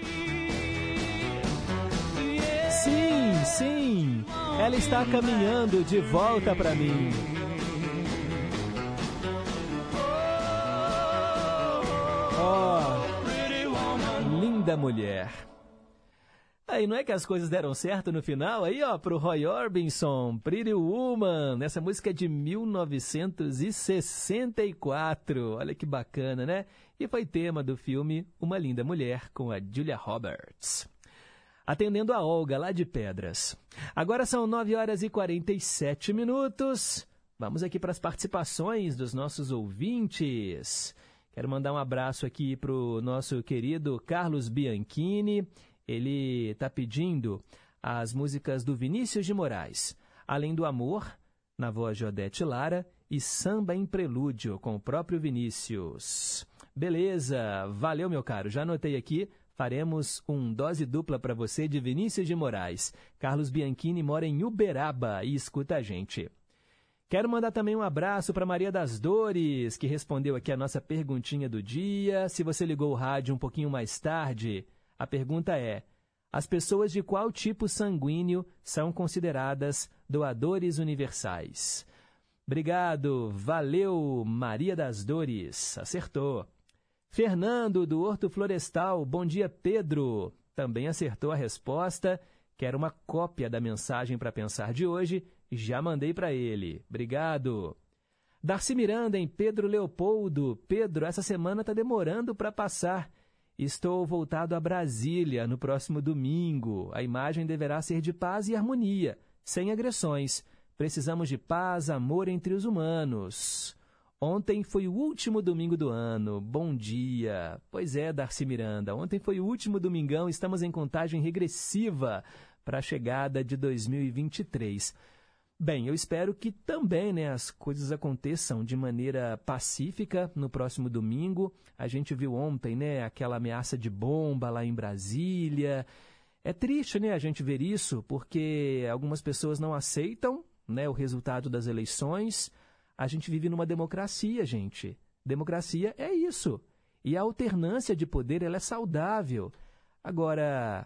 Sim, sim, ela está caminhando de volta para mim. Oh, linda mulher. Aí não é que as coisas deram certo no final? Aí, ó, pro Roy Orbison, Pretty Woman. Essa música é de 1964. Olha que bacana, né? E foi tema do filme Uma Linda Mulher, com a Julia Roberts. Atendendo a Olga, lá de Pedras. Agora são 9h47. Vamos aqui para as participações dos nossos ouvintes. Quero mandar um abraço aqui pro nosso querido Carlos Bianchini. Ele está pedindo as músicas do Vinícius de Moraes, Além do Amor, na voz de Odete Lara, e Samba em Prelúdio, com o próprio Vinícius. Beleza, valeu, meu caro. Já anotei aqui, faremos um dose dupla para você de Vinícius de Moraes. Carlos Bianchini mora em Uberaba e escuta a gente. Quero mandar também um abraço para Maria das Dores, que respondeu aqui a nossa perguntinha do dia. Se você ligou o rádio um pouquinho mais tarde, a pergunta é: as pessoas de qual tipo sanguíneo são consideradas doadores universais? Obrigado, valeu, Maria das Dores, acertou. Fernando, do Horto Florestal, bom dia, Pedro, também acertou a resposta. Quero uma cópia da mensagem para pensar de hoje, já mandei para ele, obrigado. Darcy Miranda, em Pedro Leopoldo, Pedro, essa semana está demorando para passar. Estou voltado a Brasília no próximo domingo. A imagem deverá ser de paz e harmonia, sem agressões. Precisamos de paz, amor entre os humanos. Ontem foi o último domingo do ano. Bom dia. Pois é, Darcy Miranda, ontem foi o último domingão. Estamos em contagem regressiva para a chegada de 2023. Bem, eu espero que também, né, as coisas aconteçam de maneira pacífica no próximo domingo. A gente viu ontem, né, aquela ameaça de bomba lá em Brasília. É triste, né, a gente ver isso, porque algumas pessoas não aceitam, né, o resultado das eleições. A gente vive numa democracia, gente. Democracia é isso. E a alternância de poder, ela é saudável. Agora,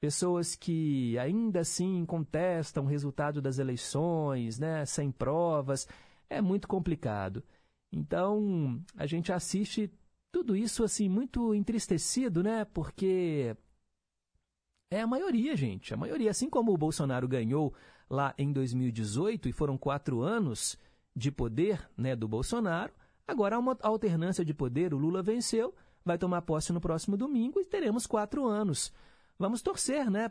pessoas que ainda assim contestam o resultado das eleições, né, sem provas, é muito complicado. Então, a gente assiste tudo isso assim muito entristecido, né, porque é a maioria, gente, a maioria. Assim como o Bolsonaro ganhou lá em 2018 e foram 4 anos de poder, né, do Bolsonaro, agora há uma alternância de poder, o Lula venceu, vai tomar posse no próximo domingo e teremos 4 anos. Vamos torcer, né,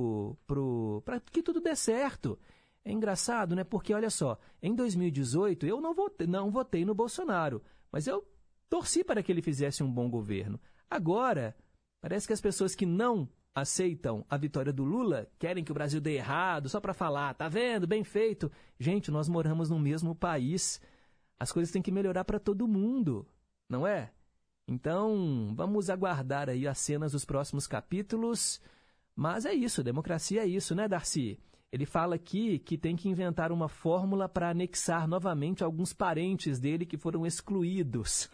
para que tudo dê certo. É engraçado, né, porque olha só, em 2018 eu não votei no Bolsonaro, mas eu torci para que ele fizesse um bom governo. Agora, parece que as pessoas que não aceitam a vitória do Lula querem que o Brasil dê errado só para falar, tá vendo, bem feito. Gente, nós moramos no mesmo país, as coisas têm que melhorar para todo mundo, não é? Então, vamos aguardar aí as cenas dos próximos capítulos, mas é isso, democracia é isso, né, Darcy? Ele fala aqui que tem que inventar uma fórmula para anexar novamente alguns parentes dele que foram excluídos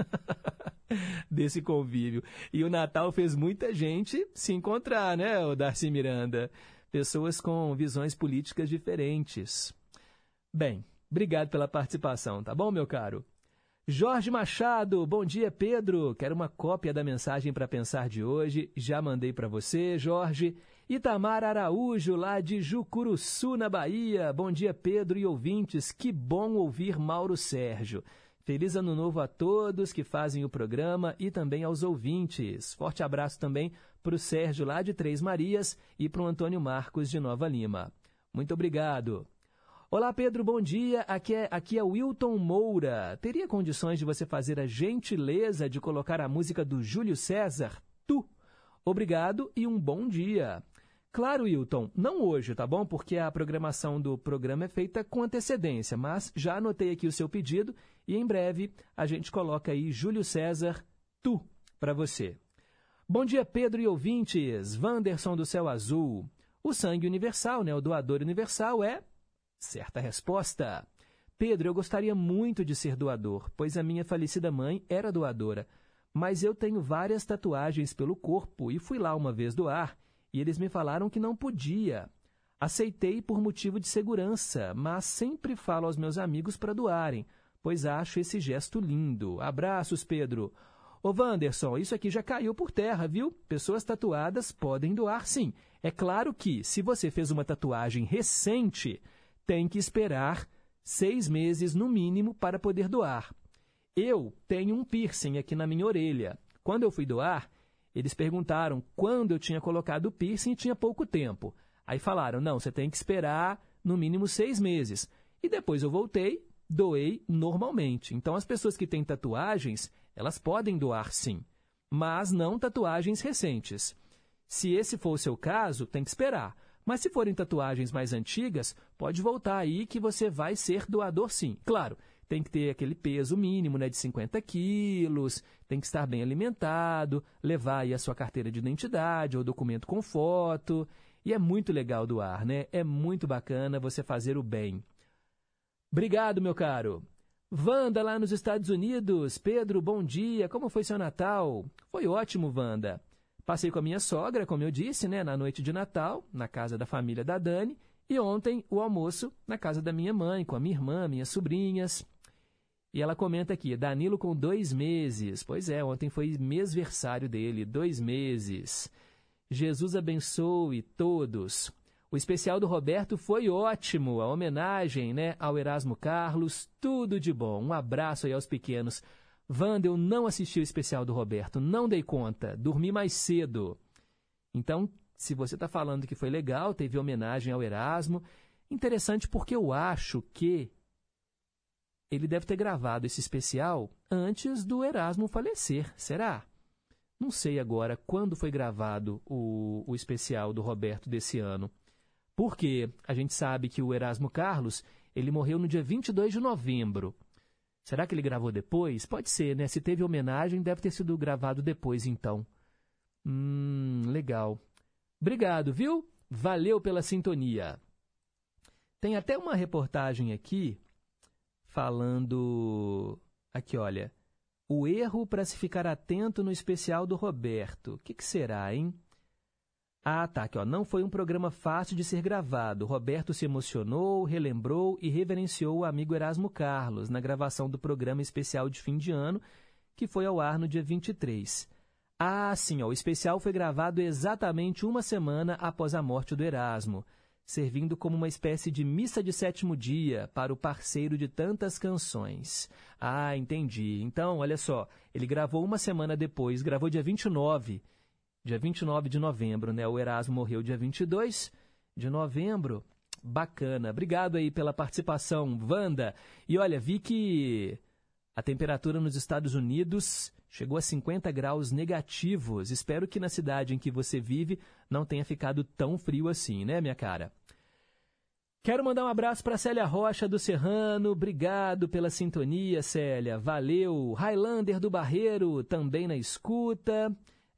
desse convívio. E o Natal fez muita gente se encontrar, né, o Darcy Miranda? Pessoas com visões políticas diferentes. Bem, obrigado pela participação, tá bom, meu caro? Jorge Machado, bom dia, Pedro. Quero uma cópia da mensagem para pensar de hoje. Já mandei para você, Jorge. Itamar Araújo, lá de Jucuruçu, na Bahia. Bom dia, Pedro e ouvintes. Que bom ouvir Mauro Sérgio. Feliz Ano Novo a todos que fazem o programa e também aos ouvintes. Forte abraço também para o Sérgio, lá de Três Marias, e para o Antônio Marcos, de Nova Lima. Muito obrigado. Olá, Pedro, bom dia. Aqui é Wilton Moura. Teria condições de você fazer a gentileza de colocar a música do Júlio César? Tu. Obrigado e um bom dia. Claro, Wilton, não hoje, tá bom? Porque a programação do programa é feita com antecedência, mas já anotei aqui o seu pedido e em breve a gente coloca aí Júlio César, Tu, para você. Bom dia, Pedro e ouvintes. Wanderson do Céu Azul. O sangue universal, né? O doador universal é... Certa resposta. Pedro, eu gostaria muito de ser doador, pois a minha falecida mãe era doadora. Mas eu tenho várias tatuagens pelo corpo e fui lá uma vez doar, e eles me falaram que não podia. Aceitei por motivo de segurança, mas sempre falo aos meus amigos para doarem, pois acho esse gesto lindo. Abraços, Pedro. Ô, Wanderson, isso aqui já caiu por terra, viu? Pessoas tatuadas podem doar, sim. É claro que, se você fez uma tatuagem recente, tem que esperar 6 meses no mínimo para poder doar. Eu tenho um piercing aqui na minha orelha. Quando eu fui doar, eles perguntaram quando eu tinha colocado o piercing e tinha pouco tempo. Aí falaram, não, você tem que esperar no mínimo 6 meses. E depois eu voltei, doei normalmente. Então as pessoas que têm tatuagens, elas podem doar sim, mas não tatuagens recentes. Se esse for o seu caso, tem que esperar. Mas se forem tatuagens mais antigas, pode voltar aí que você vai ser doador sim. Claro, tem que ter aquele peso mínimo, né, de 50 quilos, tem que estar bem alimentado, levar aí a sua carteira de identidade ou documento com foto. E é muito legal doar, né? É muito bacana você fazer o bem. Obrigado, meu caro. Wanda, lá nos Estados Unidos. Pedro, bom dia. Como foi seu Natal? Foi ótimo, Wanda. Passei com a minha sogra, como eu disse, né, na noite de Natal, na casa da família da Dani, e ontem o almoço na casa da minha mãe, com a minha irmã, minhas sobrinhas. E ela comenta aqui, Danilo com 2 meses. Pois é, ontem foi mêsversário dele, 2 meses. Jesus abençoe todos. O especial do Roberto foi ótimo, a homenagem, né, ao Erasmo Carlos, tudo de bom. Um abraço aí aos pequenos. Wanda, eu não assisti o especial do Roberto, não dei conta, dormi mais cedo. Então, se você está falando que foi legal, teve homenagem ao Erasmo, interessante porque eu acho que ele deve ter gravado esse especial antes do Erasmo falecer, será? Não sei agora quando foi gravado o especial do Roberto desse ano, porque a gente sabe que o Erasmo Carlos, ele morreu no dia 22 de novembro. Será que ele gravou depois? Pode ser, né? Se teve homenagem, deve ter sido gravado depois, então. Legal. Obrigado, viu? Valeu pela sintonia. Tem até uma reportagem aqui falando... Aqui, olha. O erro para se ficar atento no especial do Roberto. O que será, hein? Ah, tá, aqui, ó. Não foi um programa fácil de ser gravado. Roberto se emocionou, relembrou e reverenciou o amigo Erasmo Carlos na gravação do programa especial de fim de ano, que foi ao ar no dia 23. Ah, sim, ó, o especial foi gravado exatamente uma semana após a morte do Erasmo, servindo como uma espécie de missa de sétimo dia para o parceiro de tantas canções. Ah, entendi. Então, olha só, ele gravou uma semana depois, gravou dia 29 de novembro, né? O Erasmo morreu dia 22 de novembro. Bacana. Obrigado aí pela participação, Wanda. E olha, vi que a temperatura nos Estados Unidos chegou a 50 graus negativos. Espero que na cidade em que você vive não tenha ficado tão frio assim, né, minha cara? Quero mandar um abraço para Célia Rocha do Serrano. Obrigado pela sintonia, Célia. Valeu. Highlander do Barreiro, também na escuta.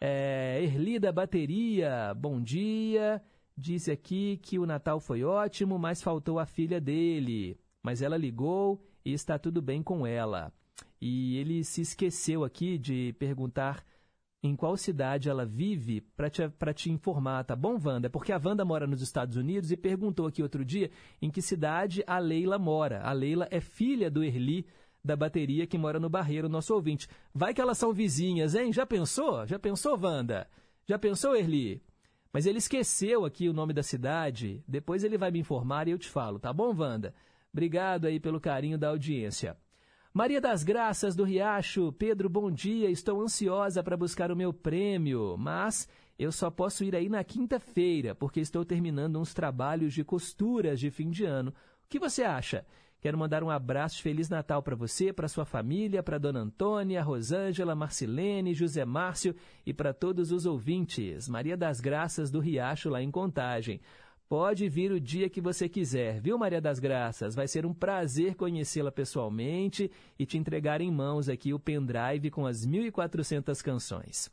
Erli da Bateria, bom dia. Disse aqui que o Natal foi ótimo, mas faltou a filha dele. Mas ela ligou e está tudo bem com ela. E ele se esqueceu aqui de perguntar em qual cidade ela vive para te informar, tá bom, Wanda? Porque a Wanda mora nos Estados Unidos e perguntou aqui outro dia em que cidade a Leila mora. A Leila é filha do Erli da Bateria, que mora no Barreiro, nosso ouvinte. Vai que elas são vizinhas, hein? Já pensou? Já pensou, Wanda? Já pensou, Erli? Mas ele esqueceu aqui o nome da cidade. Depois ele vai me informar e eu te falo, tá bom, Wanda? Obrigado aí pelo carinho da audiência. Maria das Graças do Riacho. Pedro, bom dia. Estou ansiosa para buscar o meu prêmio, mas eu só posso ir aí na quinta-feira, porque estou terminando uns trabalhos de costuras de fim de ano. O que você acha? Quero mandar um abraço de Feliz Natal para você, para sua família, para Dona Antônia, Rosângela, Marcilene, José Márcio e para todos os ouvintes. Maria das Graças do Riacho, lá em Contagem. Pode vir o dia que você quiser, viu, Maria das Graças? Vai ser um prazer conhecê-la pessoalmente e te entregar em mãos aqui o pendrive com as 1.400 canções.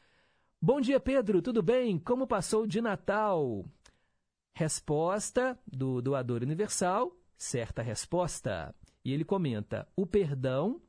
Bom dia, Pedro, tudo bem? Como passou de Natal? Resposta do doador universal, certa resposta. E ele comenta, o perdão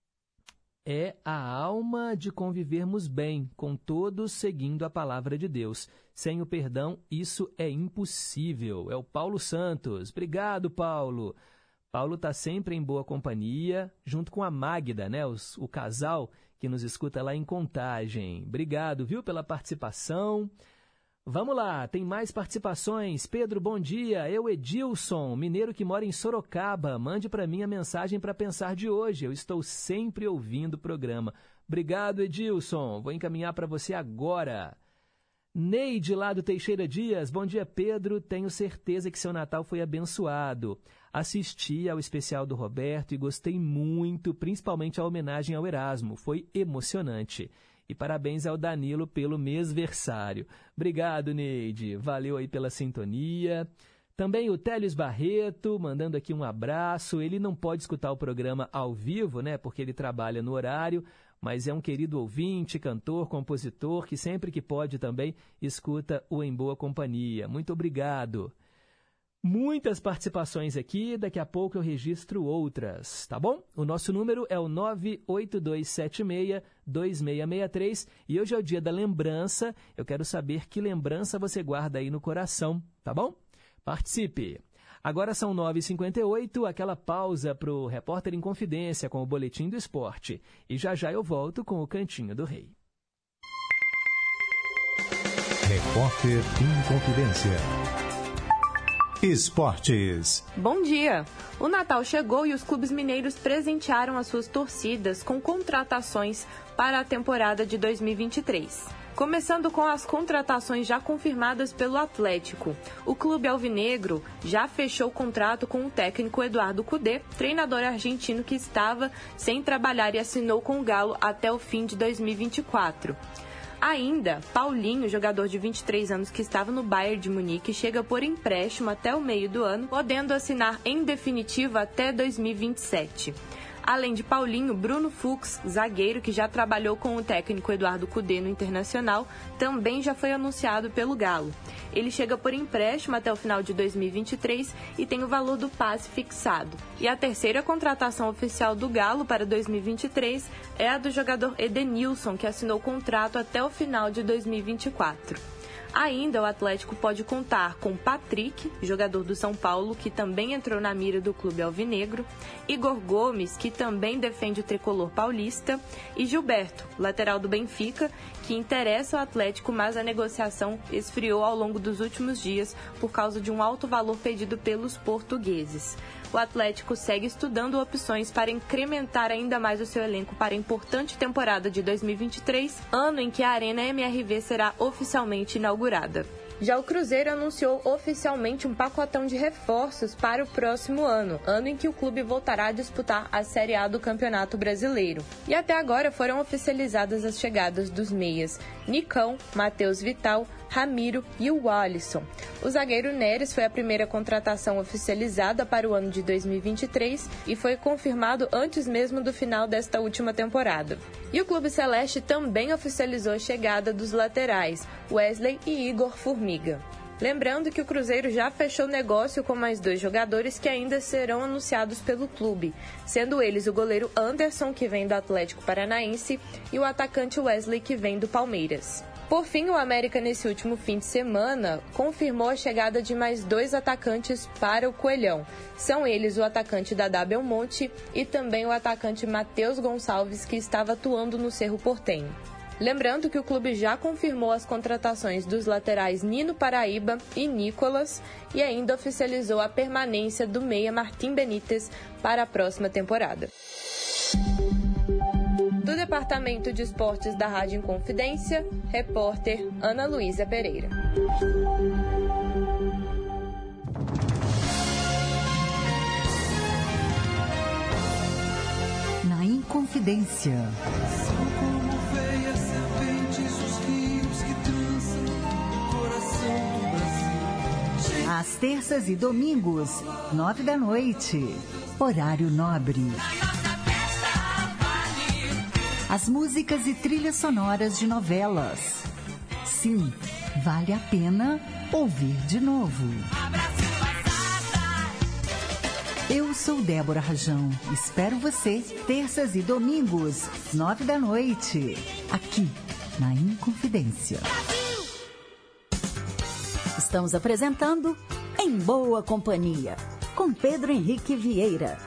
é a alma de convivermos bem com todos seguindo a palavra de Deus. Sem o perdão, isso é impossível. É o Paulo Santos. Obrigado, Paulo. Paulo está sempre em boa companhia, junto com a Magda, né? O casal que nos escuta lá em Contagem. Obrigado, viu, pela participação. Vamos lá, tem mais participações. Pedro, bom dia. Eu, Edilson, mineiro que mora em Sorocaba. Mande para mim a mensagem para pensar de hoje. Eu estou sempre ouvindo o programa. Obrigado, Edilson. Vou encaminhar para você agora. Neide, lá do Teixeira Dias. Bom dia, Pedro. Tenho certeza que seu Natal foi abençoado. Assisti ao especial do Roberto e gostei muito, principalmente a homenagem ao Erasmo. Foi emocionante. E parabéns ao Danilo pelo mêsversário. Obrigado, Neide. Valeu aí pela sintonia. Também o Télios Barreto, mandando aqui um abraço. Ele não pode escutar o programa ao vivo, né? Porque ele trabalha no horário, mas é um querido ouvinte, cantor, compositor, que sempre que pode também escuta o Em Boa Companhia. Muito obrigado. Muitas participações aqui, daqui a pouco eu registro outras, tá bom? O nosso número é o 98276-2663 e hoje é o dia da lembrança. Eu quero saber que lembrança você guarda aí no coração, tá bom? Participe! Agora são 9h58, aquela pausa para o Repórter em Confidência com o Boletim do Esporte. E já já eu volto com o Cantinho do Rei. Repórter em Confidência. Esportes. Bom dia! O Natal chegou e os clubes mineiros presentearam as suas torcidas com contratações para a temporada de 2023. Começando com as contratações já confirmadas pelo Atlético. O clube alvinegro já fechou o contrato com o técnico Eduardo Cudê, treinador argentino que estava sem trabalhar e assinou com o Galo até o fim de 2024. Ainda, Paulinho, jogador de 23 anos que estava no Bayern de Munique, chega por empréstimo até o meio do ano, podendo assinar em definitivo até 2027. Além de Paulinho, Bruno Fux, zagueiro que já trabalhou com o técnico Eduardo Cudê no Internacional, também já foi anunciado pelo Galo. Ele chega por empréstimo até o final de 2023 e tem o valor do passe fixado. E a terceira contratação oficial do Galo para 2023 é a do jogador Edenilson, que assinou contrato até o final de 2024. Ainda o Atlético pode contar com Patrick, jogador do São Paulo, que também entrou na mira do clube alvinegro, Igor Gomes, que também defende o tricolor paulista, e Gilberto, lateral do Benfica, que interessa ao Atlético, mas a negociação esfriou ao longo dos últimos dias por causa de um alto valor pedido pelos portugueses. O Atlético segue estudando opções para incrementar ainda mais o seu elenco para a importante temporada de 2023, ano em que a Arena MRV será oficialmente inaugurada. Já o Cruzeiro anunciou oficialmente um pacotão de reforços para o próximo ano em que o clube voltará a disputar a Série A do Campeonato Brasileiro. E até agora foram oficializadas as chegadas dos meias Nicão, Matheus Vital, Ramiro e o Alisson. O zagueiro Neres foi a primeira contratação oficializada para o ano de 2023 e foi confirmado antes mesmo do final desta última temporada. E o Clube Celeste também oficializou a chegada dos laterais, Wesley e Igor Formiga. Lembrando que o Cruzeiro já fechou negócio com mais 2 jogadores que ainda serão anunciados pelo clube, sendo eles o goleiro Anderson, que vem do Atlético Paranaense, e o atacante Wesley, que vem do Palmeiras. Por fim, o América, nesse último fim de semana, confirmou a chegada de mais 2 atacantes para o Coelhão. São eles o atacante Dadá Belmonte e também o atacante Matheus Gonçalves, que estava atuando no Cerro Porteño. Lembrando que o clube já confirmou as contratações dos laterais Nino Paraíba e Nicolas e ainda oficializou a permanência do meia Martim Benítez para a próxima temporada. Do Departamento de Esportes da Rádio Inconfidência, repórter Ana Luísa Pereira. Na Inconfidência. São como veias serpentes os rios que trançam o coração do Brasil. Às terças e domingos, 21h, horário nobre. As músicas e trilhas sonoras de novelas. Sim, vale a pena ouvir de novo. Eu sou Débora Rajão. Espero você, terças e domingos, 21h, aqui na Inconfidência. Estamos apresentando Em Boa Companhia, com Pedro Henrique Vieira.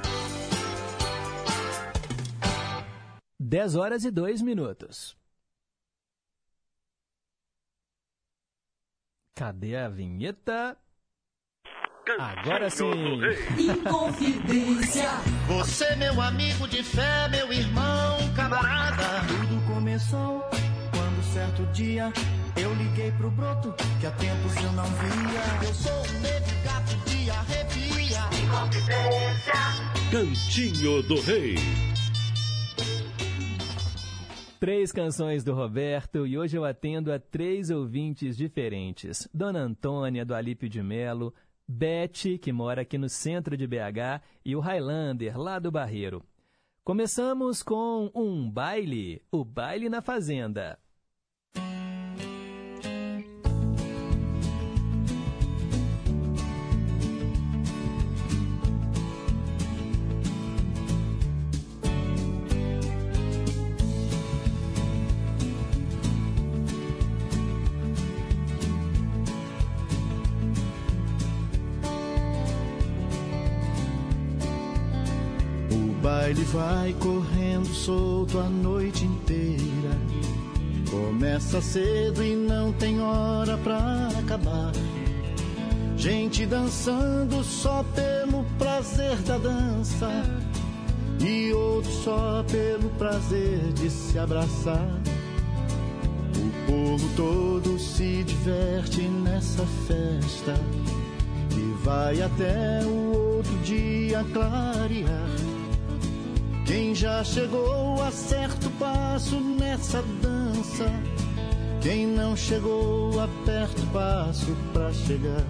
10h02. Cadê a vinheta? Agora sim. Inconfidência. Você, meu amigo de fé, meu irmão, camarada. Tudo começou quando certo dia eu liguei pro broto que há tempos eu não via. Eu sou um negro gato de arrepia. Inconfidência. Cantinho do Rei. 3 canções do Roberto e hoje eu atendo a 3 ouvintes diferentes. Dona Antônia, do Alípio de Melo, Beth, que mora aqui no centro de BH, e o Highlander, lá do Barreiro. Começamos com um baile, o baile na fazenda. Ele vai correndo solto a noite inteira. Começa cedo e não tem hora pra acabar. Gente dançando só pelo prazer da dança e outros só pelo prazer de se abraçar. O povo todo se diverte nessa festa e vai até o outro dia clarear. Quem já chegou acerta o passo nessa dança. Quem não chegou aperta o passo pra chegar.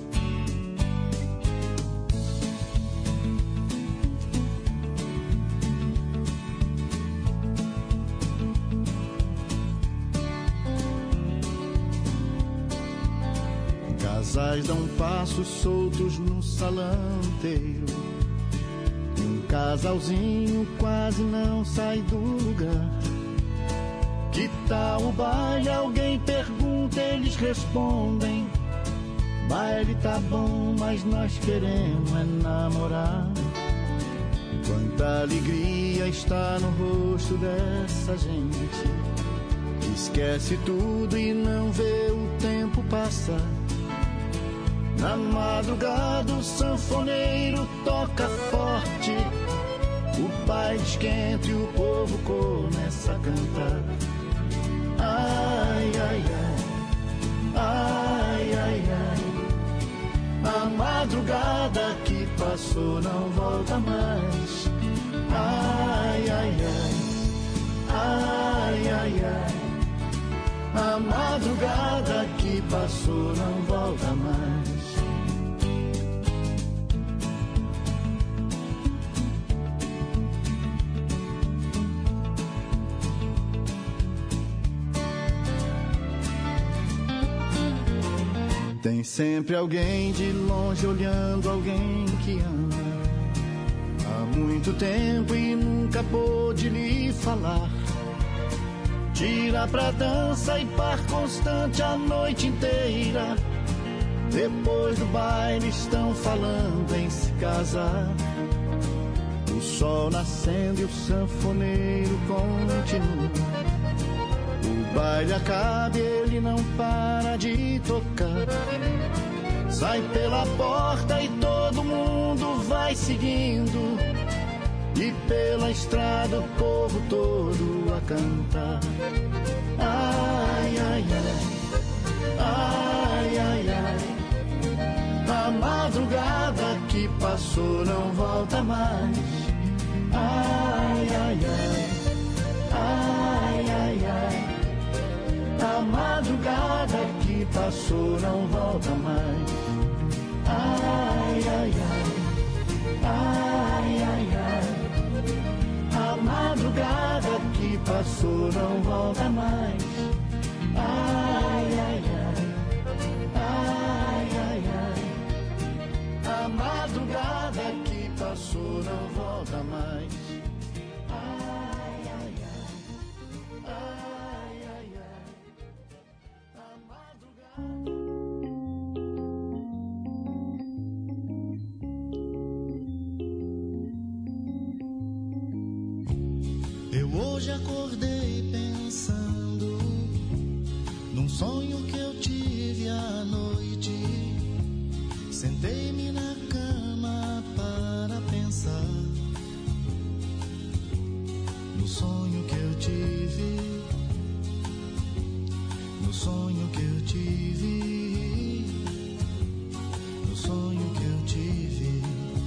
Casais dão passos soltos no salão inteiro. Casalzinho quase não sai do lugar. Que tal o baile? Alguém pergunta pergunta eles respondem: baile tá bom, mas nós queremos é namorar. Quanta alegria está no rosto dessa gente, que esquece tudo e não vê o tempo passar. Na madrugada o sanfoneiro toca forte, o baile esquenta e o povo começa a cantar. Ai, ai, ai, ai, ai, ai, a madrugada que passou não volta mais. Ai, ai, ai, ai, ai, ai, a madrugada que passou não volta mais. Tem sempre alguém de longe olhando alguém que ama há muito tempo e nunca pôde lhe falar. Tira pra dança e par constante a noite inteira. Depois do baile estão falando em se casar. O sol nascendo e o sanfoneiro continua. O baile acaba e ele não para de tocar. Sai pela porta e todo mundo vai seguindo, e pela estrada o povo todo a cantar. Ai, ai, ai, ai, ai, ai, a madrugada que passou não volta mais. Ai, ai, ai, ai, ai, ai, a madrugada que passou não volta mais. Ai, ai, ai, ai, ai, ai, a madrugada que passou não volta mais. Ai, ai, ai, ai, ai, ai, a madrugada que passou não volta mais. Ai, ai, ai, ai, ai, ai, a madrugada. Hoje acordei pensando num sonho que eu tive à noite. Sentei-me na cama para pensar no sonho que eu tive, no sonho que eu tive, no sonho que eu tive.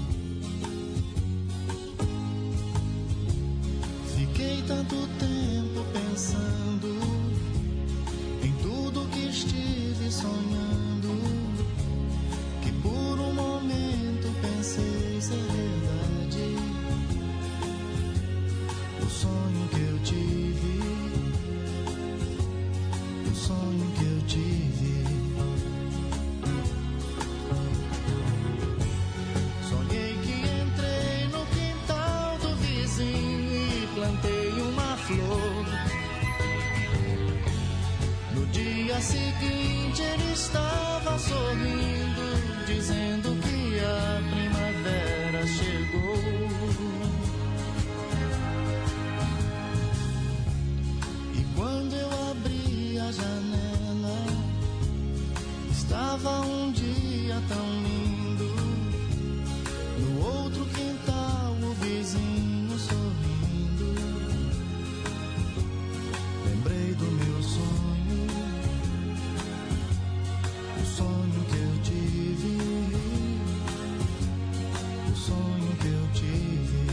Fiquei tanto tempo pensando em tudo que estive sonhando, que por um momento pensei ser verdade. O sonho que eu tive, o sonho que eu tive. Sonhei que entrei no quintal do vizinho e plantei uma flor. No dia seguinte ele estava sorrindo, dizendo que a primavera chegou. E quando eu abri a janela, estava um dia tão lindo. No outro quintal o vizinho sorrindo. Lembrei do meu sonho, o sonho que eu tive, o sonho que eu tive.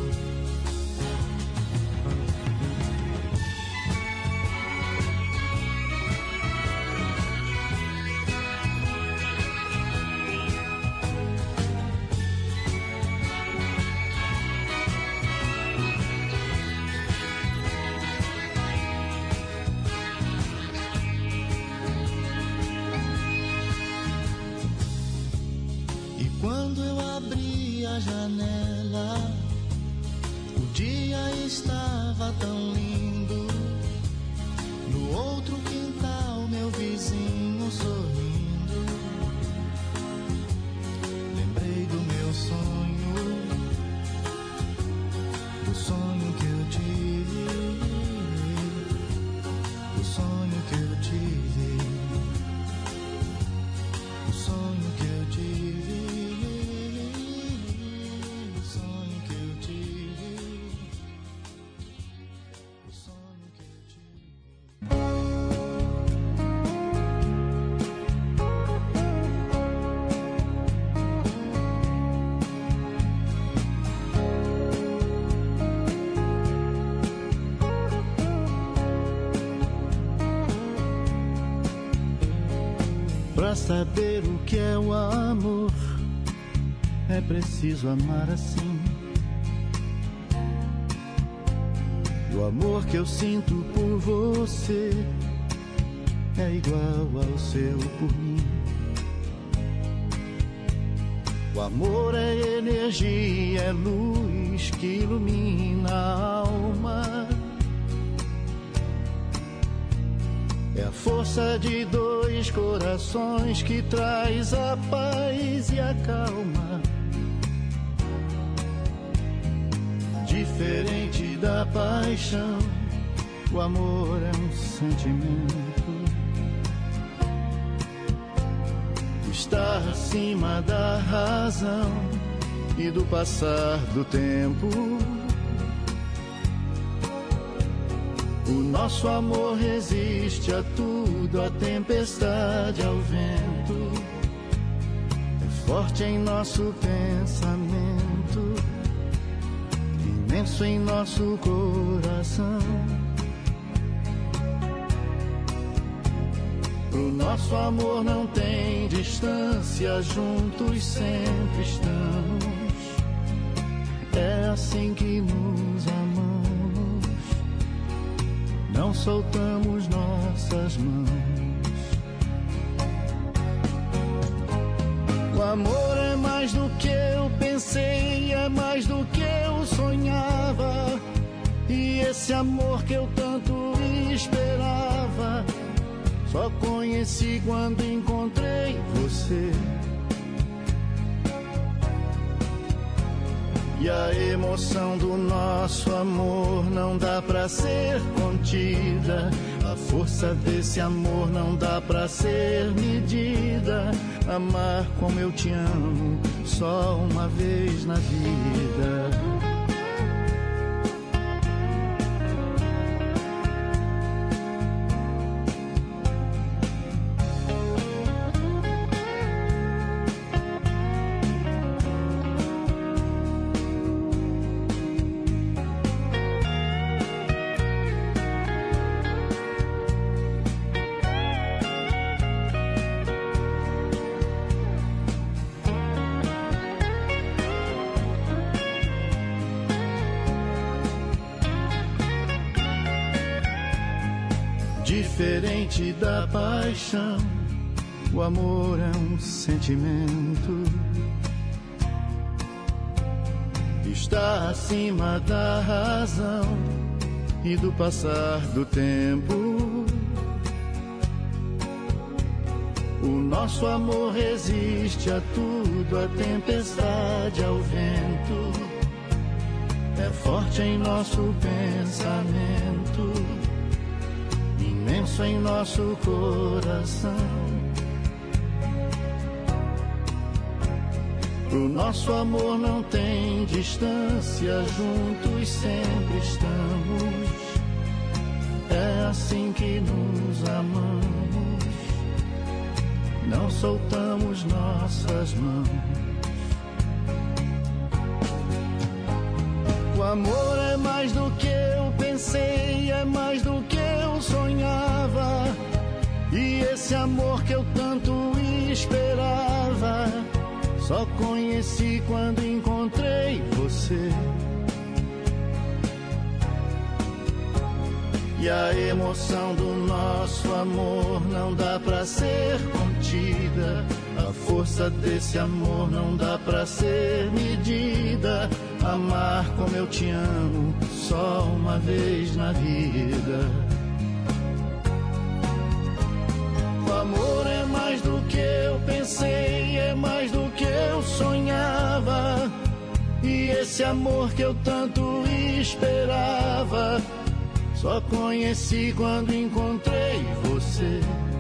E quando eu abri a janela, o dia estava tão lindo. No outro quintal meu vizinho sorrindo. Lembrei do meu sonho, do sonho que eu tive, do sonho que eu tive, do sonho que eu tive, do sonho que eu tive, do sonho que eu tive. Pra saber o que é o amor, é preciso amar assim. O amor que eu sinto por você é igual ao seu por mim. O amor é energia, é luz que ilumina a alma. É a força de dois corações que traz a paz e a calma. Diferente da paixão, o amor é um sentimento. Está acima da razão e do passar do tempo. O nosso amor resiste a tudo, a tempestade, ao vento. É forte em nosso pensamento, imenso em nosso coração. Pro nosso amor não tem distância, juntos sempre estamos. É assim que nos amamos, não soltamos nossas mãos. O amor é mais do que eu pensei, é mais do que eu sonhava. E esse amor que eu tanto esperava, só conheci quando encontrei você. E a emoção do nosso amor não dá pra ser contida. A força desse amor não dá pra ser medida. Amar como eu te amo, só uma vez na vida. Diferente da paixão, o amor é um sentimento. Está acima da razão e do passar do tempo. O nosso amor resiste a tudo, a tempestade, ao vento. É forte em nosso pensamento, imenso em nosso coração. Pro nosso amor não tem distância, juntos sempre estamos. É assim que nos amamos, não soltamos nossas mãos. O amor é mais do que eu pensei, é mais do que eu sonhava. E esse amor que eu tanto esperava, só conheci quando encontrei você. E a emoção do nosso amor não dá pra ser contida. A força desse amor não dá pra ser medida. Amar como eu te amo, só uma vez na vida. O amor é mais do que eu pensei, é mais do que eu sonhava. E esse amor que eu tanto esperava, só conheci quando encontrei você.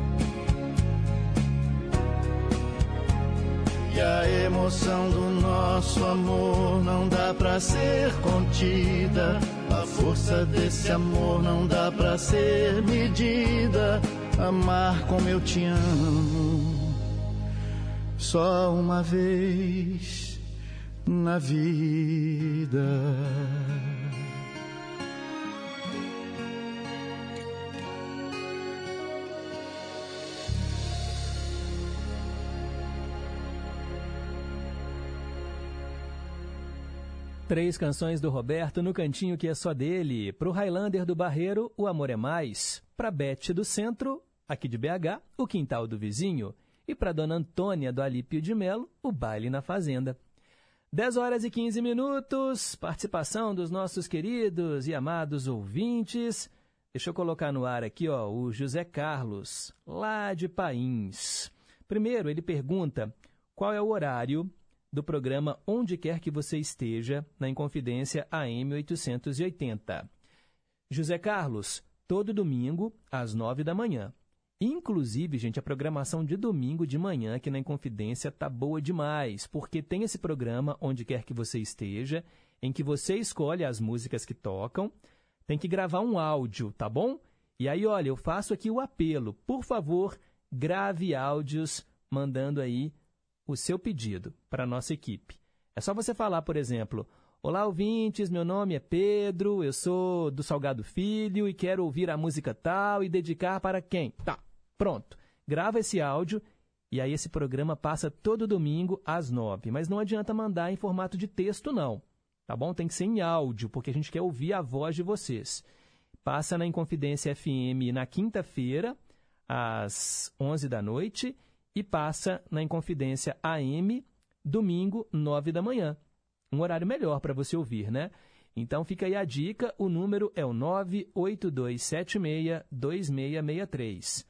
E a emoção do nosso amor não dá pra ser contida. A força desse amor não dá pra ser medida. Amar como eu te amo, só uma vez na vida. Três canções do Roberto no cantinho que é só dele. Pro Highlander do Barreiro, O Amor é Mais. Pra Bete do Centro, aqui de BH, O Quintal do Vizinho. E pra Dona Antônia do Alípio de Melo, O Baile na Fazenda. 10 horas e 15 minutos, participação dos nossos queridos e amados ouvintes. Deixa eu colocar no ar aqui, ó, o José Carlos, lá de Pains. Primeiro, ele pergunta qual é o horário do programa Onde Quer Que Você Esteja, na Inconfidência AM 880. José Carlos, todo domingo, às 9 da manhã. Inclusive, gente, a programação de domingo de manhã aqui na Inconfidência tá boa demais, porque tem esse programa Onde Quer Que Você Esteja, em que você escolhe as músicas que tocam, tem que gravar um áudio, tá bom? E aí, olha, eu faço aqui o apelo, por favor, grave áudios mandando aí o seu pedido para a nossa equipe. É só você falar, por exemplo, olá, ouvintes, meu nome é Pedro, eu sou do Salgado Filho e quero ouvir a música tal e dedicar para quem? Tá, pronto. Grava esse áudio e aí esse programa passa todo domingo às 9. Mas não adianta mandar em formato de texto, não. Tá bom? Tem que ser em áudio, porque a gente quer ouvir a voz de vocês. Passa na Inconfidência FM na quinta-feira, às 11 da noite, e passa na Inconfidência AM, domingo, 9 da manhã. Um horário melhor para você ouvir, né? Então fica aí a dica, o número é o 98276-2663.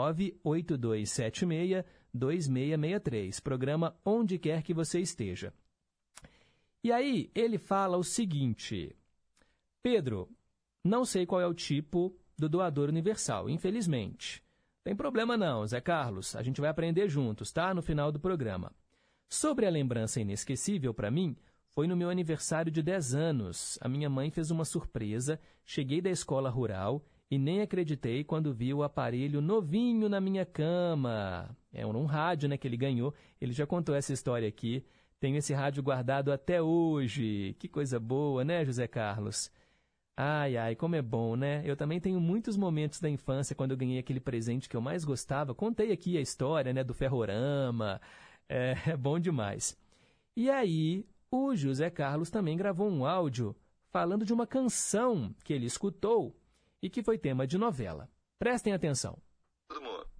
98276-2663. Programa Onde Quer Que Você Esteja. E aí ele fala o seguinte: Pedro, não sei qual é o tipo do doador universal, infelizmente. Tem problema não, Zé Carlos, a gente vai aprender juntos, tá? No final do programa. Sobre a lembrança inesquecível para mim, foi no meu aniversário de 10 anos. A minha mãe fez uma surpresa, cheguei da escola rural e nem acreditei quando vi o aparelho novinho na minha cama. É um rádio, né, que ele ganhou. Ele já contou essa história aqui. Tenho esse rádio guardado até hoje. Que coisa boa, né, José Carlos? Ai, ai, como é bom, né? Eu também tenho muitos momentos da infância quando eu ganhei aquele presente que eu mais gostava. Contei aqui a história, né, do ferrorama. É bom demais. E aí, o José Carlos também gravou um áudio falando de uma canção que ele escutou e que foi tema de novela. Prestem atenção. Todo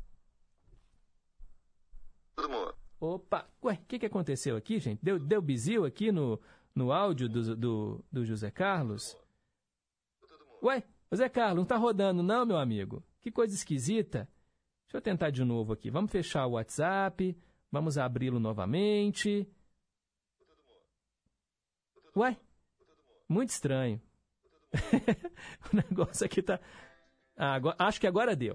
mundo. Opa, ué, o que aconteceu aqui, gente? Deu bizil aqui no áudio do José Carlos? Ué, José Carlos, não tá rodando não, meu amigo? Que coisa esquisita. Deixa eu tentar de novo aqui. Vamos fechar o WhatsApp, vamos abri-lo novamente. Ué, muito estranho. O negócio aqui tá... acho que agora deu.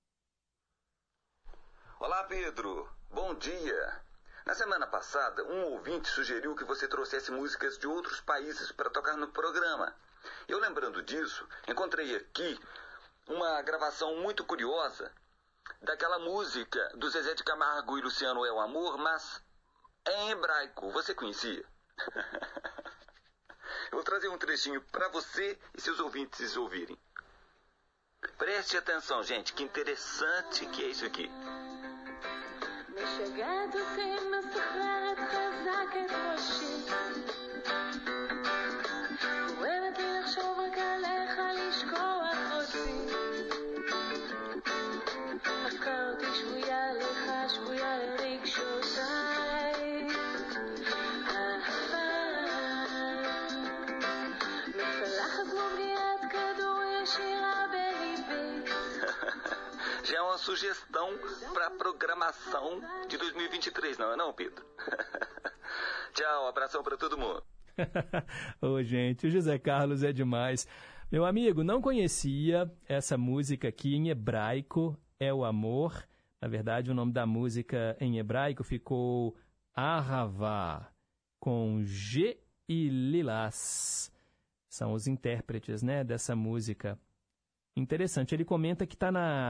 Olá, Pedro. Bom dia. Na semana passada, um ouvinte sugeriu que você trouxesse músicas de outros países para tocar no programa. Eu, lembrando disso, encontrei aqui uma gravação muito curiosa daquela música do Zezé de Camargo e Luciano É o Amor, mas é em hebraico. Você conhecia? Eu vou trazer um trechinho para você e seus ouvintes ouvirem. Preste atenção, gente, que interessante que é isso aqui. Já é uma sugestão para a programação de 2023, não é não, Pedro? Tchau, abração para todo mundo. Ô, gente, o José Carlos é demais. Meu amigo, não conhecia essa música aqui em hebraico, É o Amor. Na verdade, o nome da música em hebraico ficou Ahavá, com G e Lilás. São os intérpretes, né, dessa música. Interessante, ele comenta que está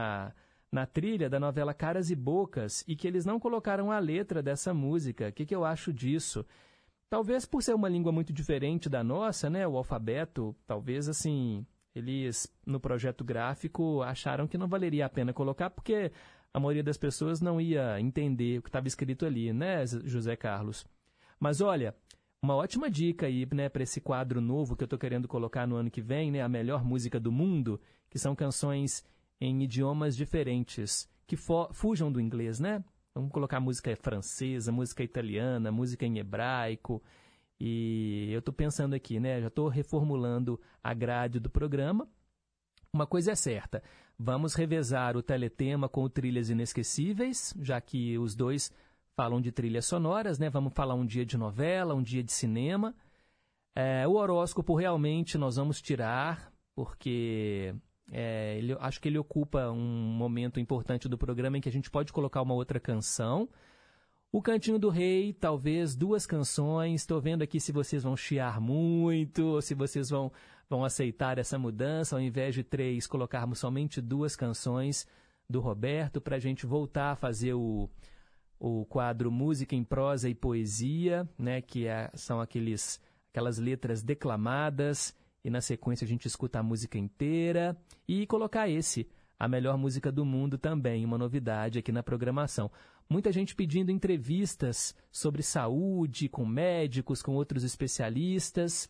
na trilha da novela Caras e Bocas e que eles não colocaram a letra dessa música. O que eu acho disso? Talvez por ser uma língua muito diferente da nossa, né, o alfabeto, talvez assim, eles no projeto gráfico acharam que não valeria a pena colocar porque a maioria das pessoas não ia entender o que estava escrito ali, né, José Carlos? Mas olha, uma ótima dica aí, né, para esse quadro novo que eu estou querendo colocar no ano que vem, né, a melhor música do mundo, que são canções em idiomas diferentes, que fujam do inglês, né? Vamos colocar música francesa, música italiana, música em hebraico. E eu estou pensando aqui, né? Já estou reformulando a grade do programa. Uma coisa é certa, vamos revezar o Teletema com o Trilhas Inesquecíveis, já que os dois falam de trilhas sonoras, né? Vamos falar um dia de novela, um dia de cinema. O horóscopo realmente nós vamos tirar, porque acho que ele ocupa um momento importante do programa em que a gente pode colocar uma outra canção. O Cantinho do Rei, talvez 2 canções. Estou vendo aqui se vocês vão chiar muito, ou se vocês vão aceitar essa mudança. Ao invés de 3, colocarmos somente 2 canções do Roberto, para a gente voltar a fazer o quadro Música em Prosa e Poesia, né, que são aquelas letras declamadas, e na sequência a gente escuta a música inteira, e colocar a melhor música do mundo também, uma novidade aqui na programação. Muita gente pedindo entrevistas sobre saúde, com médicos, com outros especialistas.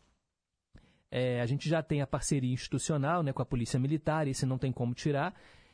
A gente já tem a parceria institucional, né, com a Polícia Militar, esse não tem como tirar,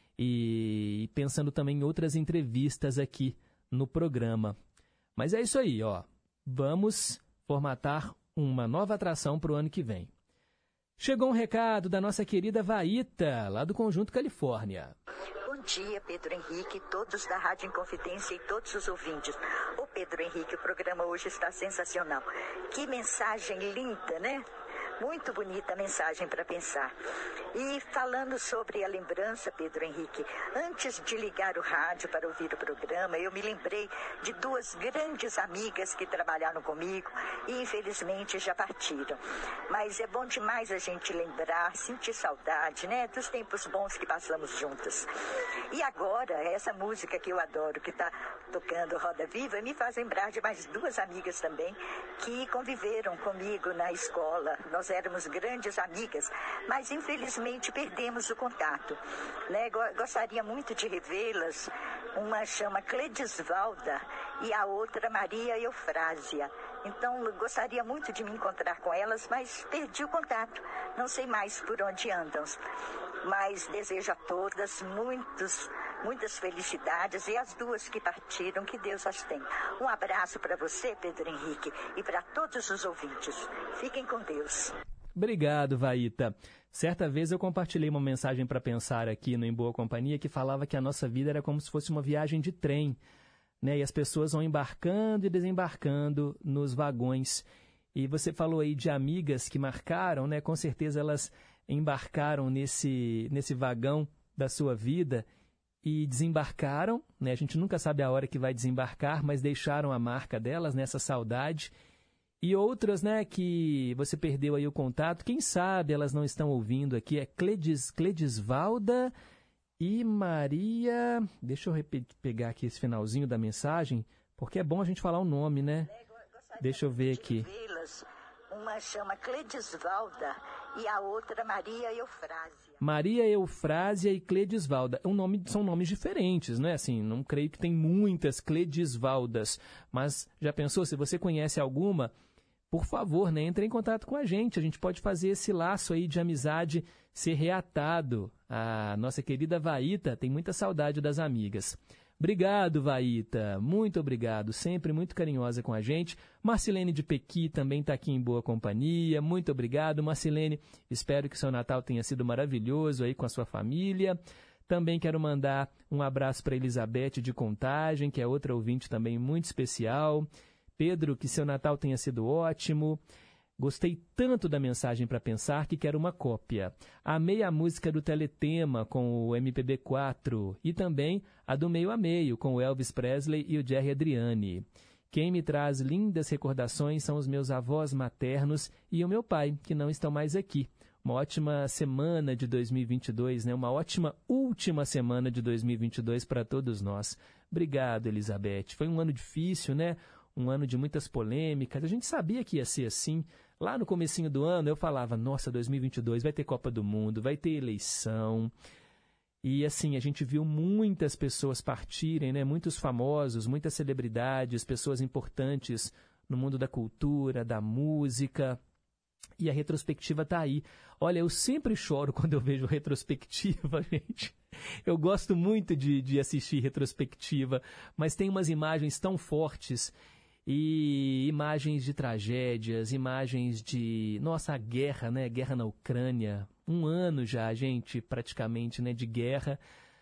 e pensando também em outras entrevistas aqui no programa. Mas é isso aí, ó. Vamos formatar uma nova atração para o ano que vem. Chegou um recado da nossa querida Vaíta, lá do Conjunto Califórnia. Bom dia, Pedro Henrique, todos da Rádio Inconfidência e todos os ouvintes. Ô, Pedro Henrique, o programa hoje está sensacional. Que mensagem linda, né? Muito bonita a mensagem para pensar. E falando sobre a lembrança, Pedro Henrique, antes de ligar o rádio para ouvir o programa, eu me lembrei de 2 grandes amigas que trabalharam comigo e infelizmente já partiram. Mas é bom demais a gente lembrar, sentir saudade, né, dos tempos bons que passamos juntas. E agora, essa música que eu adoro, que está tocando Roda Viva, me faz lembrar de mais 2 amigas também que conviveram comigo na escola. Nós éramos grandes amigas, mas infelizmente perdemos o contato, né? Gostaria muito de revê-las. Uma chama Cledisvalda e a outra Maria Eufrásia. Então gostaria muito de me encontrar com elas, mas perdi o contato. Não sei mais por onde andam. Mas desejo a todas muitas felicidades, e as 2 que partiram, que Deus as tenha. Um abraço para você, Pedro Henrique, e para todos os ouvintes. Fiquem com Deus. Obrigado, Vaíta. Certa vez eu compartilhei uma mensagem para pensar aqui no Em Boa Companhia que falava que a nossa vida era como se fosse uma viagem de trem, né? E as pessoas vão embarcando e desembarcando nos vagões. E você falou aí de amigas que marcaram, né? Com certeza elas embarcaram nesse vagão da sua vida e desembarcaram, né? A gente nunca sabe a hora que vai desembarcar, mas deixaram a marca delas nessa saudade. E outras, né, que você perdeu aí o contato, quem sabe elas não estão ouvindo aqui, é Cledisvalda e Maria... Deixa eu pegar aqui esse finalzinho da mensagem, porque é bom a gente falar o nome, né? Deixa eu ver aqui. Uma chama Cledisvalda e a outra Maria Eufrásia. Maria Eufrásia e Cledisvalda. São nomes diferentes, não é assim? Não creio que tem muitas Cledisvaldas. Mas já pensou, se você conhece alguma, por favor, né, entre em contato com a gente. A gente pode fazer esse laço aí de amizade ser reatado. A nossa querida Vaíta tem muita saudade das amigas. Obrigado, Vaíta. Muito obrigado. Sempre muito carinhosa com a gente. Marcilene de Pequi também está aqui em boa companhia. Muito obrigado, Marcilene. Espero que seu Natal tenha sido maravilhoso aí com a sua família. Também quero mandar um abraço para Elizabeth de Contagem, que é outra ouvinte também muito especial. Pedro, que seu Natal tenha sido ótimo. Gostei tanto da mensagem para pensar que quero uma cópia. Amei a música do Teletema com o MPB4 e também a do Meio a Meio com o Elvis Presley e o Jerry Adriani. Quem me traz lindas recordações são os meus avós maternos e o meu pai, que não estão mais aqui. Uma ótima semana de 2022, né? Uma ótima última semana de 2022 para todos nós. Obrigado, Elizabeth. Foi um ano difícil, né? Um ano de muitas polêmicas. A gente sabia que ia ser assim. Lá no comecinho do ano eu falava, nossa, 2022 vai ter Copa do Mundo, vai ter eleição. E assim, a gente viu muitas pessoas partirem, né? Muitos famosos, muitas celebridades, pessoas importantes no mundo da cultura, da música. E a retrospectiva está aí. Olha, eu sempre choro quando eu vejo retrospectiva, gente. Eu gosto muito de assistir retrospectiva, mas tem umas imagens tão fortes, e imagens de tragédias, imagens de... Nossa, a guerra, né? Guerra na Ucrânia. 1 ano já, gente, praticamente, né? De guerra.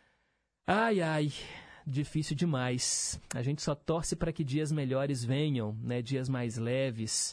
Ai, ai, difícil demais. A gente só torce para que dias melhores venham, né? Dias mais leves.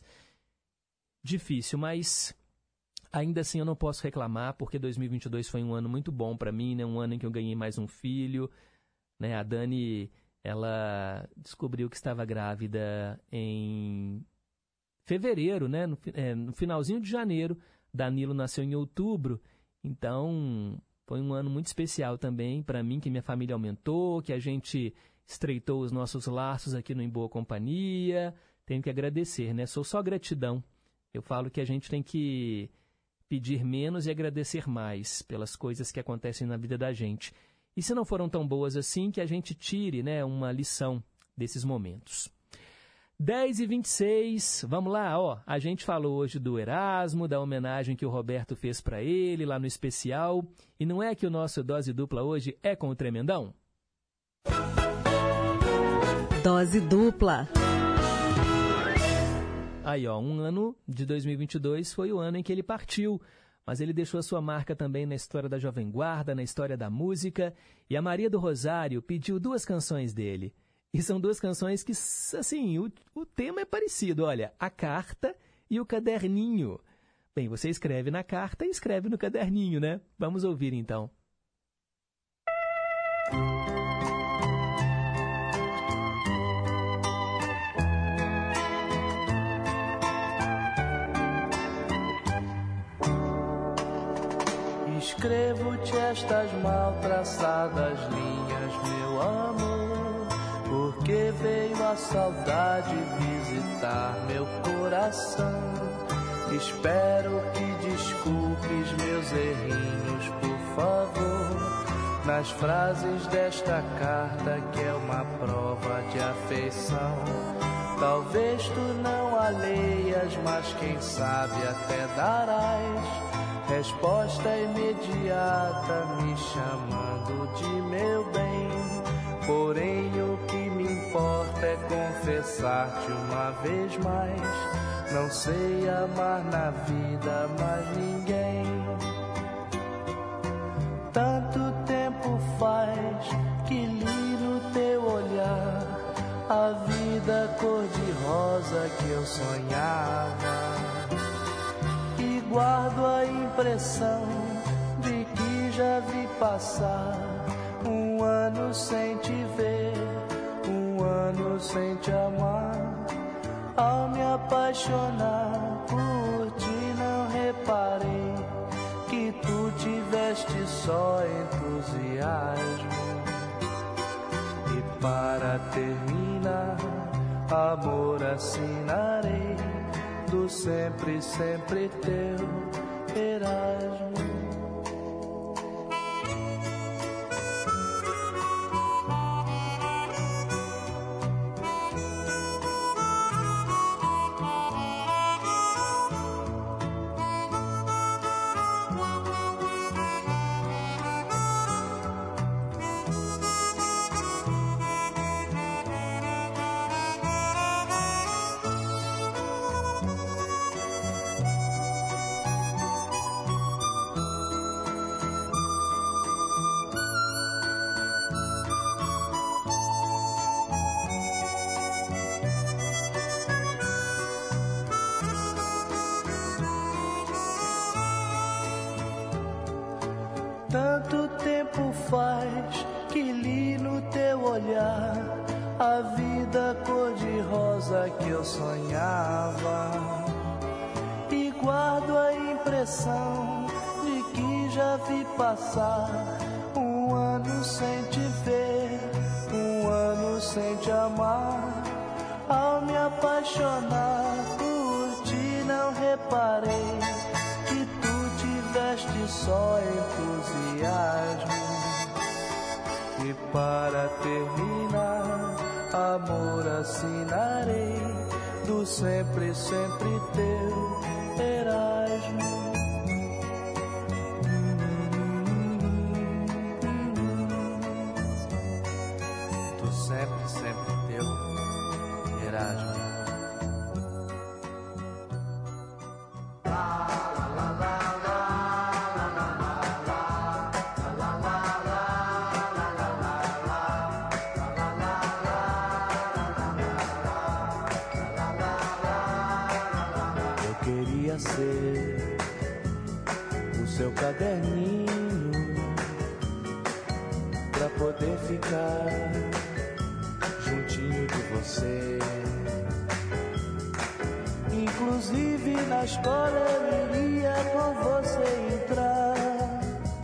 Difícil, mas ainda assim eu não posso reclamar, porque 2022 foi um ano muito bom para mim, né? Um ano em que eu ganhei mais um filho, né? A Dani, ela descobriu que estava grávida em fevereiro, né? No finalzinho de janeiro. Danilo nasceu em outubro, então foi um ano muito especial também para mim, que minha família aumentou, que a gente estreitou os nossos laços aqui no Em Boa Companhia. Tenho que agradecer, né? Sou só gratidão. Eu falo que a gente tem que pedir menos e agradecer mais pelas coisas que acontecem na vida da gente. E se não foram tão boas assim, que a gente tire, né, uma lição desses momentos. 10h26, vamos lá, ó. A gente falou hoje do Erasmo, da homenagem que o Roberto fez para ele lá no especial. E não é que o nosso Dose Dupla hoje é com o Tremendão? Dose Dupla. Aí, ó, um ano de 2022 foi o ano em que ele partiu, mas ele deixou a sua marca também na história da Jovem Guarda, na história da música, e a Maria do Rosário pediu 2 canções dele. E são 2 canções que, assim, o tema é parecido, olha, A Carta e o Caderninho. Bem, você escreve na carta e escreve no caderninho, né? Vamos ouvir, então. Escrevo-te estas mal traçadas linhas, meu amor, porque veio a saudade visitar meu coração. Espero que desculpes meus errinhos, por favor, nas frases desta carta que é uma prova de afeição. Talvez tu não a leias, mas quem sabe até darás resposta imediata, me chamando de meu bem. Porém o que me importa é confessar-te uma vez mais, não sei amar na vida mais ninguém. Tanto tempo faz que li no teu olhar a vida cor-de-rosa que eu sonhava. Guardo a impressão de que já vi passar 1 ano sem te ver, 1 ano sem te amar. Ao me apaixonar por ti não reparei que tu tiveste só entusiasmo. E para terminar, amor assinarei do sempre, sempre teu Erasmo. Tanto tempo faz que li no teu olhar a vida cor-de-rosa que eu sonhava. E guardo a impressão de que já vi passar um ano sem te ver, um ano sem te amar. Ao me apaixonar por ti não reparei que tu tiveste só entusiasmo. E para terminar, amor, assinarei do sempre, sempre teu Erasmo. Do sempre, sempre teu Erasmo. Ser o seu caderninho pra poder ficar juntinho de você. Inclusive na escola eu iria com você entrar,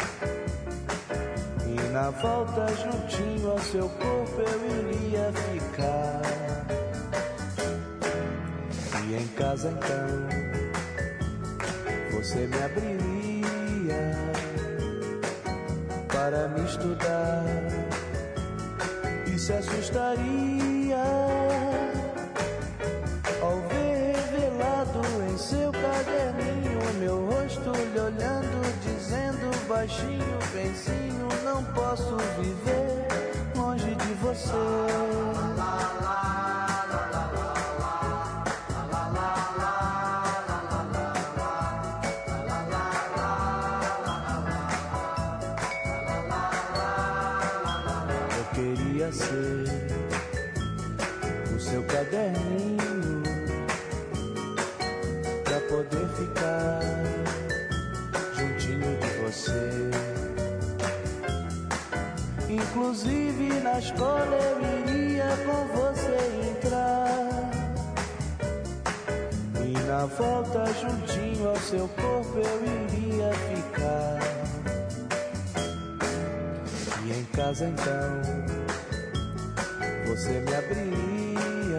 e na volta juntinho ao seu corpo eu iria ficar. E em casa então você me abriria para me estudar e se assustaria ao ver revelado em seu caderninho meu rosto lhe olhando, dizendo baixinho, benzinho, não posso viver longe de você. Ser o seu caderninho pra poder ficar juntinho de você. Inclusive na escola eu iria com você entrar, e na volta juntinho ao seu corpo eu iria ficar. E em casa então você me abriria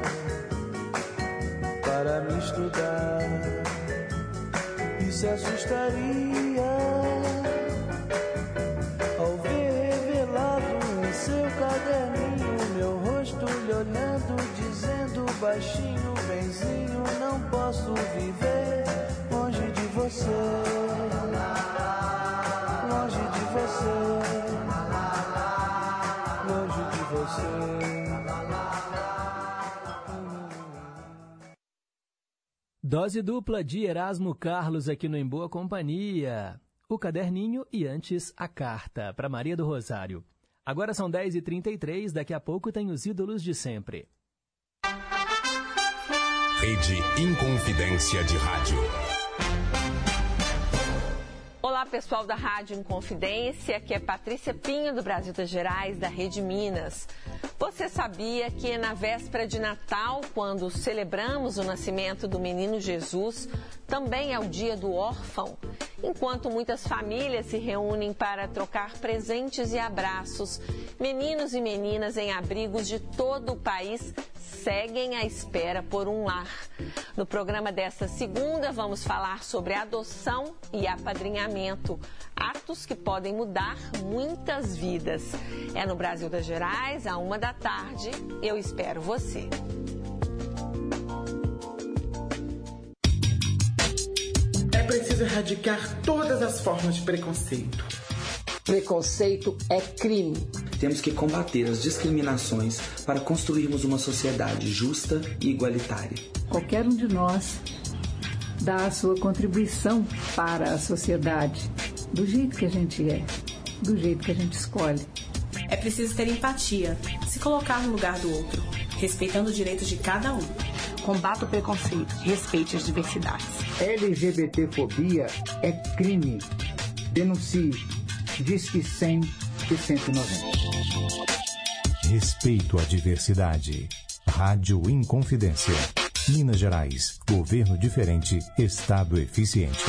para me estudar e se assustaria ao ver revelado em seu caderninho meu rosto lhe olhando, dizendo baixinho, benzinho, não posso viver longe de você, longe de você. Dose dupla de Erasmo Carlos aqui no Em Boa Companhia. O caderninho e antes a carta para Maria do Rosário. Agora são 10h33, daqui a pouco tem os ídolos de sempre. Rede Inconfidência de Rádio. Olá, pessoal da Rádio Inconfidência, aqui é Patrícia Pinho, do Brasil das Gerais, da Rede Minas. Você sabia que na véspera de Natal, quando celebramos o nascimento do menino Jesus, também é o dia do órfão? Enquanto muitas famílias se reúnem para trocar presentes e abraços, meninos e meninas em abrigos de todo o país seguem à espera por um lar. No programa desta segunda, vamos falar sobre adoção e apadrinhamento, atos que podem mudar muitas vidas. É no Brasil das Gerais, à 13h. Eu espero você. É preciso erradicar todas as formas de preconceito. Preconceito é crime. Temos que combater as discriminações para construirmos uma sociedade justa e igualitária. Qualquer um de nós dá a sua contribuição para a sociedade, do jeito que a gente é, do jeito que a gente escolhe. É preciso ter empatia, se colocar no lugar do outro, respeitando os direitos de cada um. Combata o preconceito, respeite as diversidades. LGBTfobia é crime. Denuncie. Disque 100 e 190. Respeito à diversidade. Rádio Inconfidência. Minas Gerais. Governo diferente. Estado eficiente.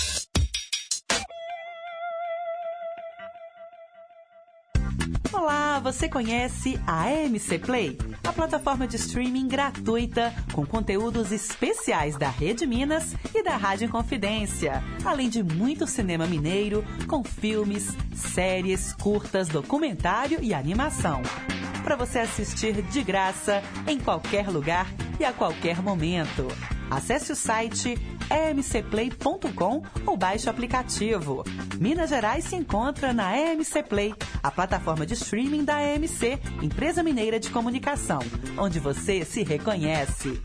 Olá, você conhece a AMC Play? A plataforma de streaming gratuita com conteúdos especiais da Rede Minas e da Rádio Inconfidência, além de muito cinema mineiro com filmes, séries, curtas, documentário e animação. Para você assistir de graça em qualquer lugar e a qualquer momento. Acesse o site amcplay.com ou baixe o aplicativo. Minas Gerais se encontra na AMC Play, a plataforma de streaming da AMC, Empresa Mineira de Comunicação, onde você se reconhece.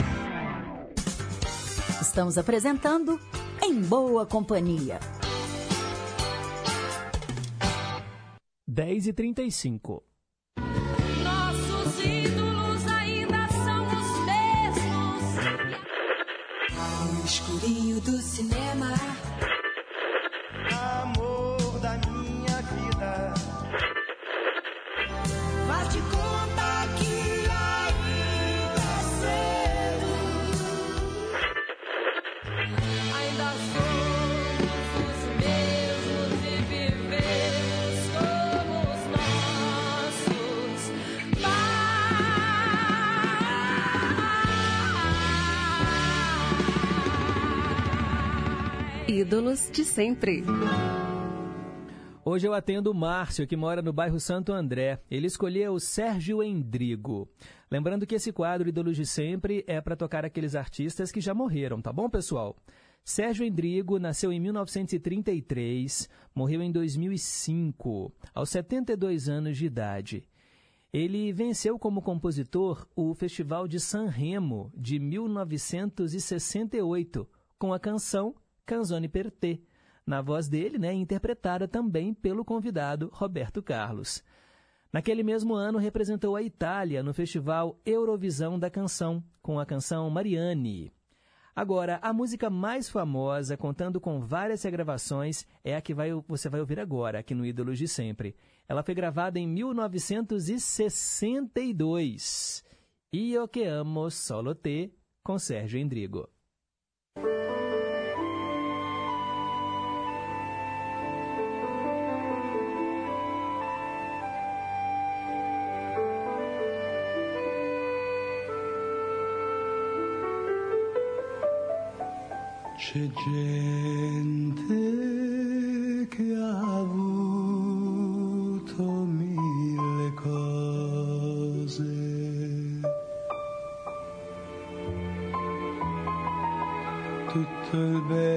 Estamos apresentando Em Boa Companhia. 10h35. Nossos ídolos ainda são os mesmos. No escurinho do cinema. Amor da minha vida. Faz de conta que ainda é cedo. Ainda somos os mesmos e vivemos como os nossos pais. Ídolos de sempre. Hoje eu atendo o Márcio, que mora no bairro Santo André. Ele escolheu o Sérgio Endrigo. Lembrando que esse quadro Ídolos de Sempre é para tocar aqueles artistas que já morreram, tá bom, pessoal? Sérgio Endrigo nasceu em 1933, morreu em 2005, aos 72 anos de idade. Ele venceu como compositor o Festival de San Remo de 1968, com a canção Canzone per te, na voz dele, né, interpretada também pelo convidado Roberto Carlos. Naquele mesmo ano, representou a Itália no Festival Eurovisão da Canção, com a canção Marianne. Agora, a música mais famosa, contando com várias regravações, é a que você vai ouvir agora, aqui no Ídolos de Sempre. Ela foi gravada em 1962. Io che amo solo te, com Sérgio Endrigo. C'è gente che ha avuto mille cose, tutto il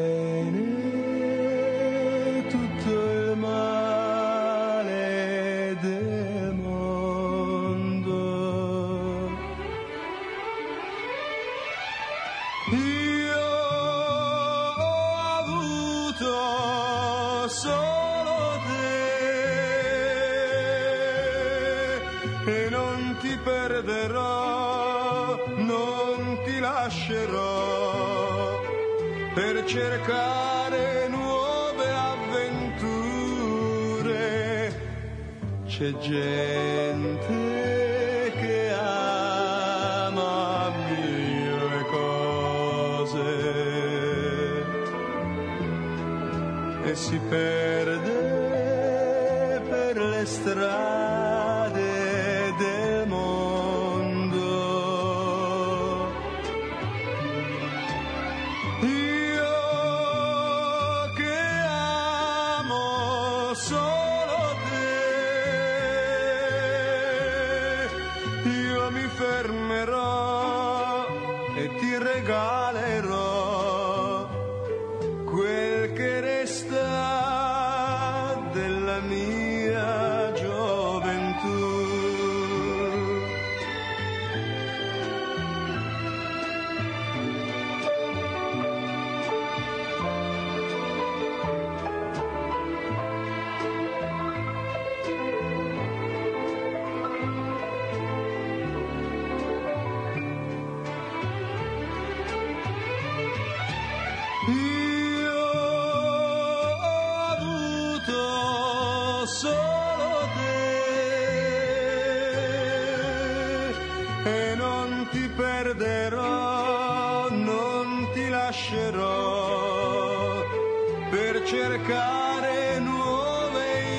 bene, tutto il male del mondo. Solo te e non ti perderò, non ti lascerò per cercare nuove avventure. C'è gente che ama mille cose e si perde per le strade del mondo. Io che amo solo te, io mi fermerò e ti regalerò quel che resta della mia gioventù. perderò, non ti lascerò per cercare nuove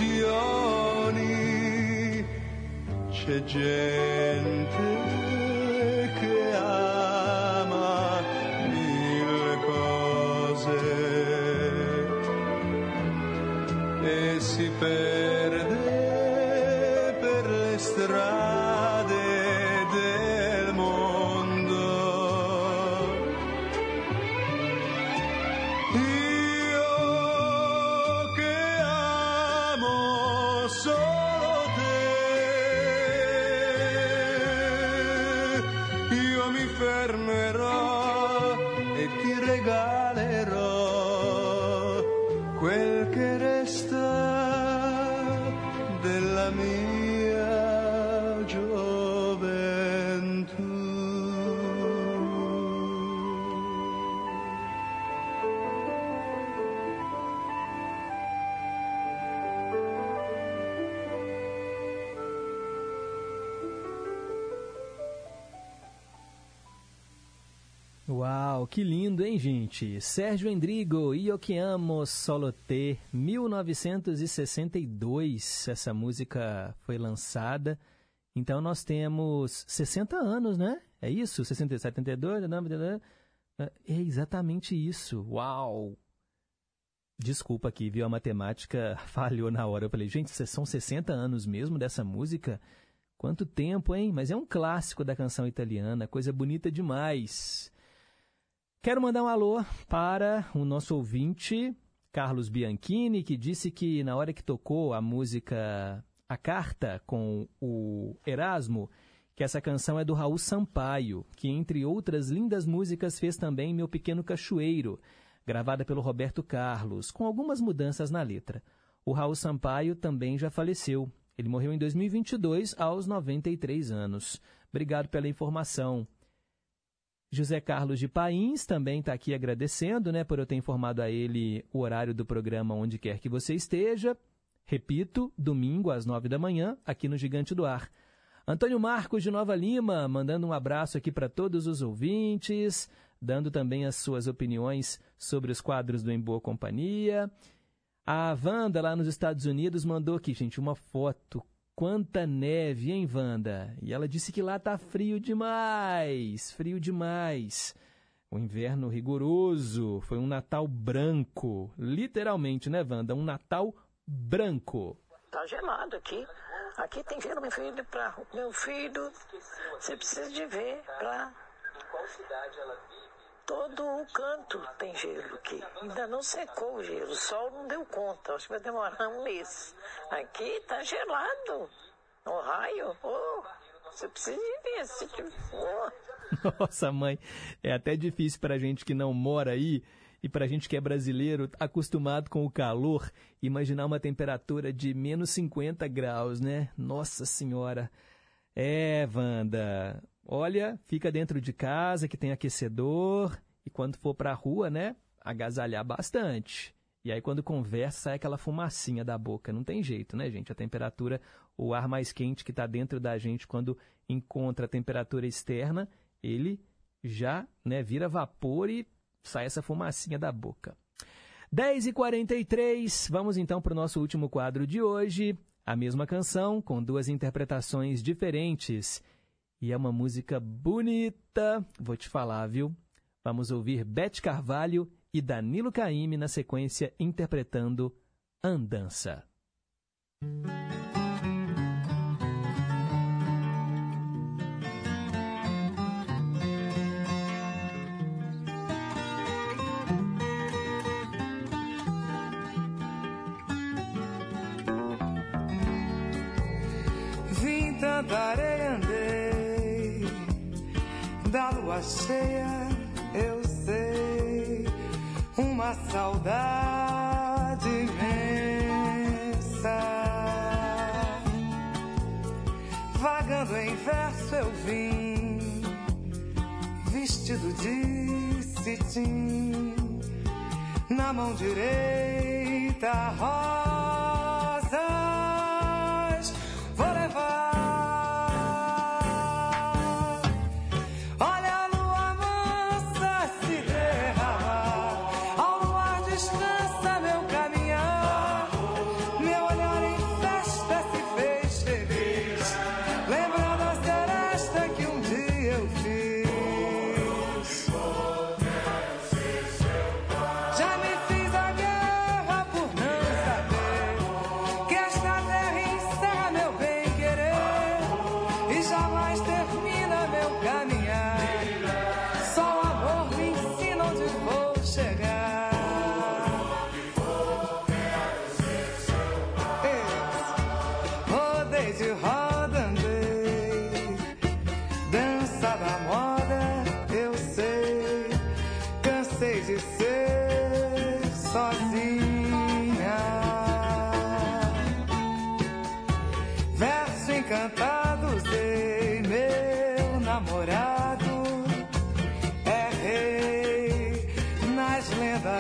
illusioni. C'è gente che ama mille cose e si perde per le strade del mondo. Io che amo solo te, io mi fermerò e ti regalerò quel che resta della mia gioventù. Uau, que lindo, hein, gente? Sérgio Endrigo, Io que amo solo te, 1962, essa música foi lançada. Então nós temos 60 anos, né? É isso? 60, 72, é exatamente isso. Uau! Desculpa aqui, viu? A matemática falhou na hora. Eu falei, gente, são 60 anos mesmo dessa música? Quanto tempo, hein? Mas é um clássico da canção italiana, coisa bonita demais. Quero mandar um alô para o nosso ouvinte, Carlos Bianchini, que disse que na hora que tocou a música A Carta com o Erasmo, que essa canção é do Raul Sampaio, que entre outras lindas músicas fez também Meu Pequeno Cachoeiro, gravada pelo Roberto Carlos, com algumas mudanças na letra. O Raul Sampaio também já faleceu. Ele morreu em 2022, aos 93 anos. Obrigado pela informação. José Carlos de Pains também está aqui agradecendo, né, por eu ter informado a ele o horário do programa onde quer que você esteja. Repito, domingo às 9 da manhã, aqui no Gigante do Ar. Antônio Marcos de Nova Lima, mandando um abraço aqui para todos os ouvintes, dando também as suas opiniões sobre os quadros do Em Boa Companhia. A Wanda, lá nos Estados Unidos, mandou aqui, gente, uma foto. Quanta neve, hein, Wanda? E ela disse que lá tá frio demais, frio demais. O inverno rigoroso, foi um Natal branco, literalmente, né, Wanda? Um Natal branco. Tá gelado aqui. Aqui tem gelo, meu filho, meu filho, você precisa de ver pra... Em qual cidade ela vive? Todo o canto tem gelo aqui. Ainda não secou o gelo, o sol não deu conta. Acho que vai demorar um mês. Aqui tá gelado. No raio, você precisa de ver. Nossa, mãe, é até difícil pra gente que não mora aí e pra gente que é brasileiro, acostumado com o calor, imaginar uma temperatura de menos 50 graus, né? Nossa Senhora. É, Wanda... Olha, fica dentro de casa, que tem aquecedor, e quando for para a rua, né, agasalhar bastante. E aí quando conversa, sai aquela fumacinha da boca. Não tem jeito, né, gente? A temperatura, o ar mais quente que está dentro da gente, quando encontra a temperatura externa, ele já, né, vira vapor e sai essa fumacinha da boca. 10h43, vamos então para o nosso último quadro de hoje. A mesma canção, com duas interpretações diferentes. E é uma música bonita, vou te falar, viu? Vamos ouvir Beth Carvalho e Danilo Caymmi na sequência interpretando Andança. Vim tanta areia, andei da lua cheia, eu sei, uma saudade imensa. Vagando em verso eu vim, vestido de cetim, na mão direita rosas vou levar.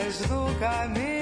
pedras do caminho.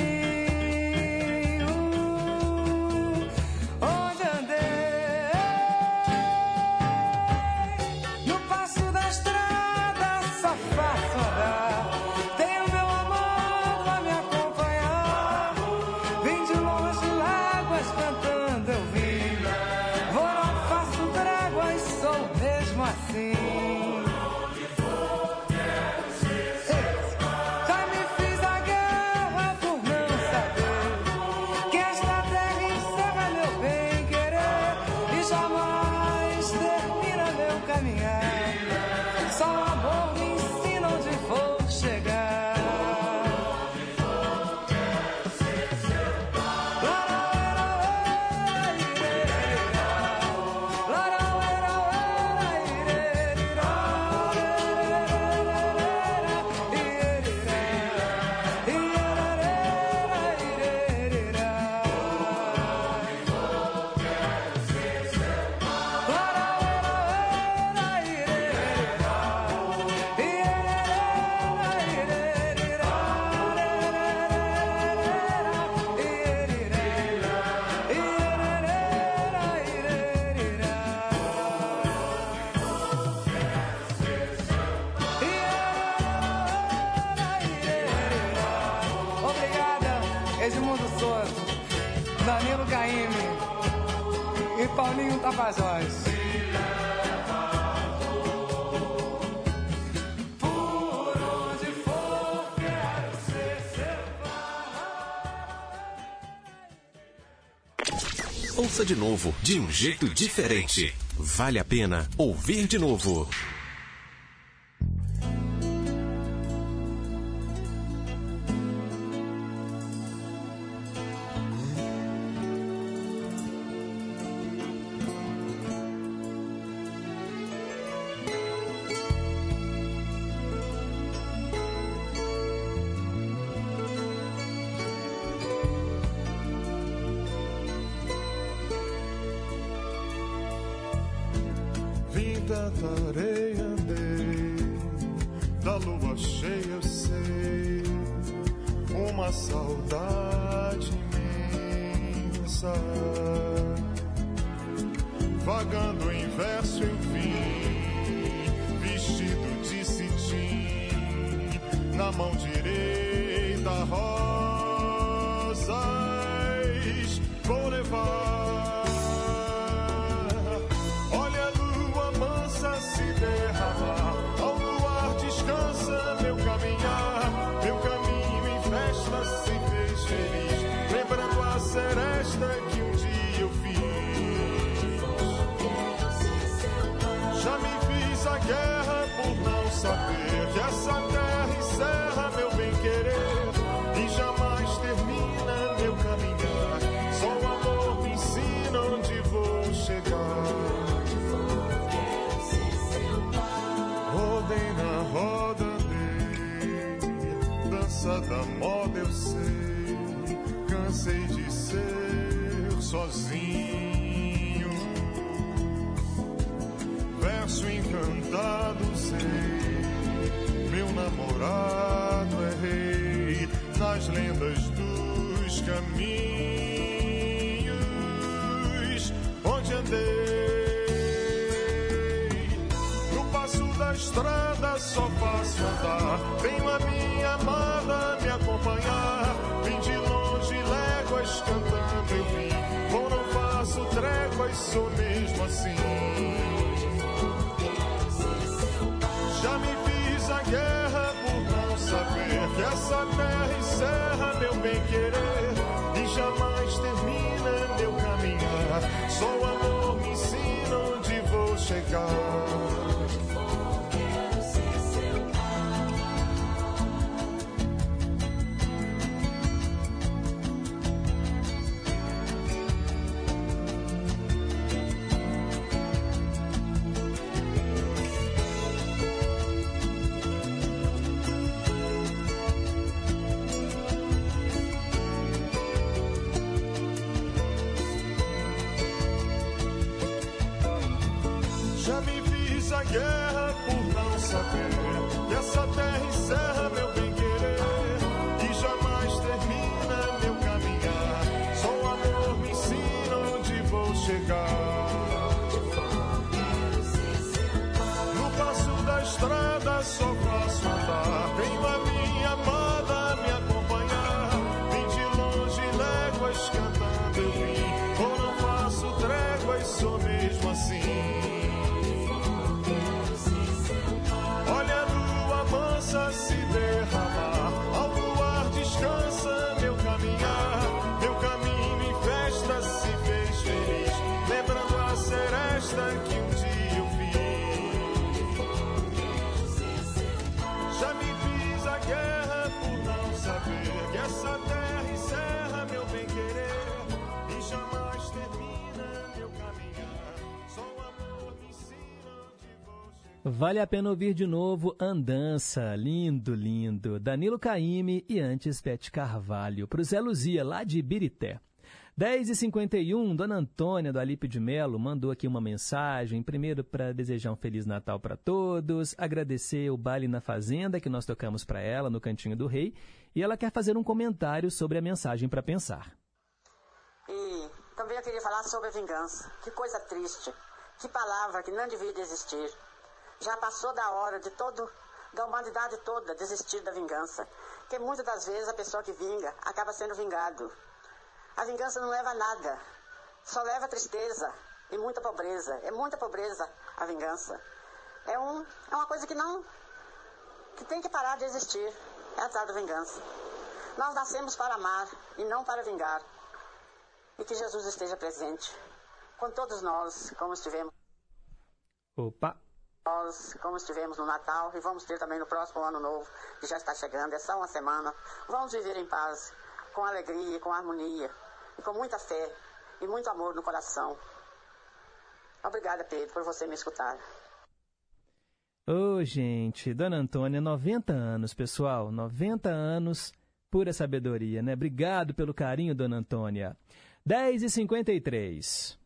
Danilo Caymmi e Paulinho Tapajós. Por onde for, quero ser seu. Ouça de novo, de um jeito diferente. Vale a pena ouvir de novo. Tanta areia andei, da lua cheia eu sei, uma saudade imensa. Vagando em verso eu vim, vestido de cetim, na mão direita rosas vou levar. Se derramar, ao luar descansa meu caminhar, meu caminho em festa se fez feliz, lembrando a seresta que um dia eu fiz. Já me fiz a guerra por não saber que essa terra encerra meu bem-querer e jamais termina meu caminhar, só o amor me ensina onde vou chegar. Rodei na roda, andei, dança da moda eu sei, cansei de ser sozinho, verso encantado sei, meu namorado é rei, nas lendas dos caminhos, onde andei. Da estrada só faço andar, tenho a minha amada me acompanhar, vim de longe léguas cantando eu vim, ou não faço tréguas, sou mesmo assim. Já me fiz a guerra por não saber que essa terra encerra meu bem-querer e jamais termina meu caminhar, só o amor me ensina onde vou chegar. Já me fiz a guerra por não saber que essa terra encerra meu bem-querer e jamais vida só faço andar. Tenho a minha amada a me acompanhar. Vim de longe, léguas cantando eu vim. Ou não faço tréguas, sou mesmo assim. Olha a lua mansa se derramar. Ao luar descansa meu caminhar. Meu caminho em festa se fez feliz, lembrando a seresta que um dia eu fiz. Já me fiz a guerra por não saber que essa terra encerra meu bem-querer e jamais termina meu caminhar. Só o amor me ensina onde vou chegar. Vale a pena ouvir de novo Andança, lindo, lindo. Danilo Caymmi e antes Pete Carvalho, pro Zé Luzia, lá de Ibirité. 10h51, Dona Antônia do Alípio de Melo mandou aqui uma mensagem, primeiro para desejar um Feliz Natal para todos, agradecer o baile na fazenda que nós tocamos para ela no Cantinho do Rei, e ela quer fazer um comentário sobre a mensagem para pensar. E também eu queria falar sobre a vingança. Que coisa triste, que palavra que não devia existir. Já passou da hora da humanidade toda desistir da vingança, porque muitas das vezes a pessoa que vinga acaba sendo vingado. A vingança não leva a nada, só leva tristeza e muita pobreza. É muita pobreza a vingança. É uma coisa que tem que parar de existir, é a tal da vingança. Nós nascemos para amar e não para vingar. E que Jesus esteja presente com todos nós, como estivemos. Opa! Nós, como estivemos no Natal e vamos ter também no próximo Ano Novo, que já está chegando, é só uma semana. Vamos viver em paz, com alegria, com harmonia, e com muita fé e muito amor no coração. Obrigada, Pedro, por você me escutar. Ô, gente, Dona Antônia, 90 anos, pessoal, 90 anos, pura sabedoria, né? Obrigado pelo carinho, Dona Antônia. 10h53.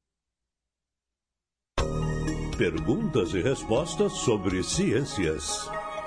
Perguntas e respostas sobre ciências.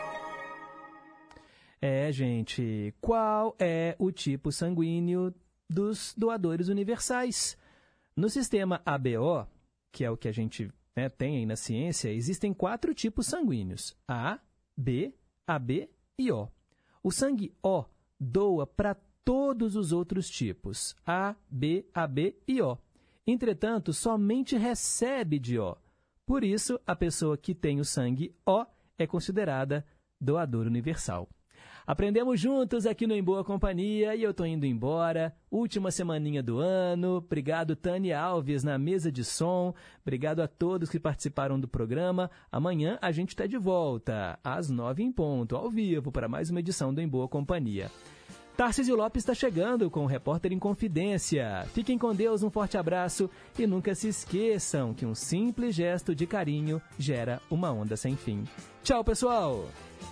Gente, qual é o tipo sanguíneo dos doadores universais? No sistema ABO, que é o que a gente tem aí na ciência, existem 4 tipos sanguíneos: A, B, AB e O. O sangue O doa para todos os outros tipos, A, B, AB e O. Entretanto, somente recebe de O. Por isso, a pessoa que tem o sangue O é considerada doador universal. Aprendemos juntos aqui no Em Boa Companhia e eu estou indo embora. Última semaninha do ano. Obrigado, Tânia Alves, na mesa de som. Obrigado a todos que participaram do programa. Amanhã a gente está de volta, às 9h em ponto, ao vivo, para mais uma edição do Em Boa Companhia. Tarcísio Lopes está chegando com o Repórter em Confidência. Fiquem com Deus, um forte abraço e nunca se esqueçam que um simples gesto de carinho gera uma onda sem fim. Tchau, pessoal!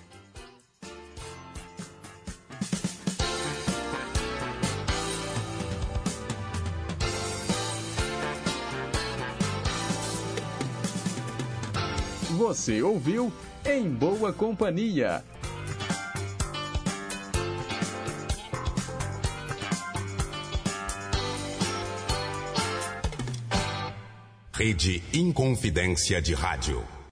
Você ouviu Em Boa Companhia. Rede Inconfidência de Rádio.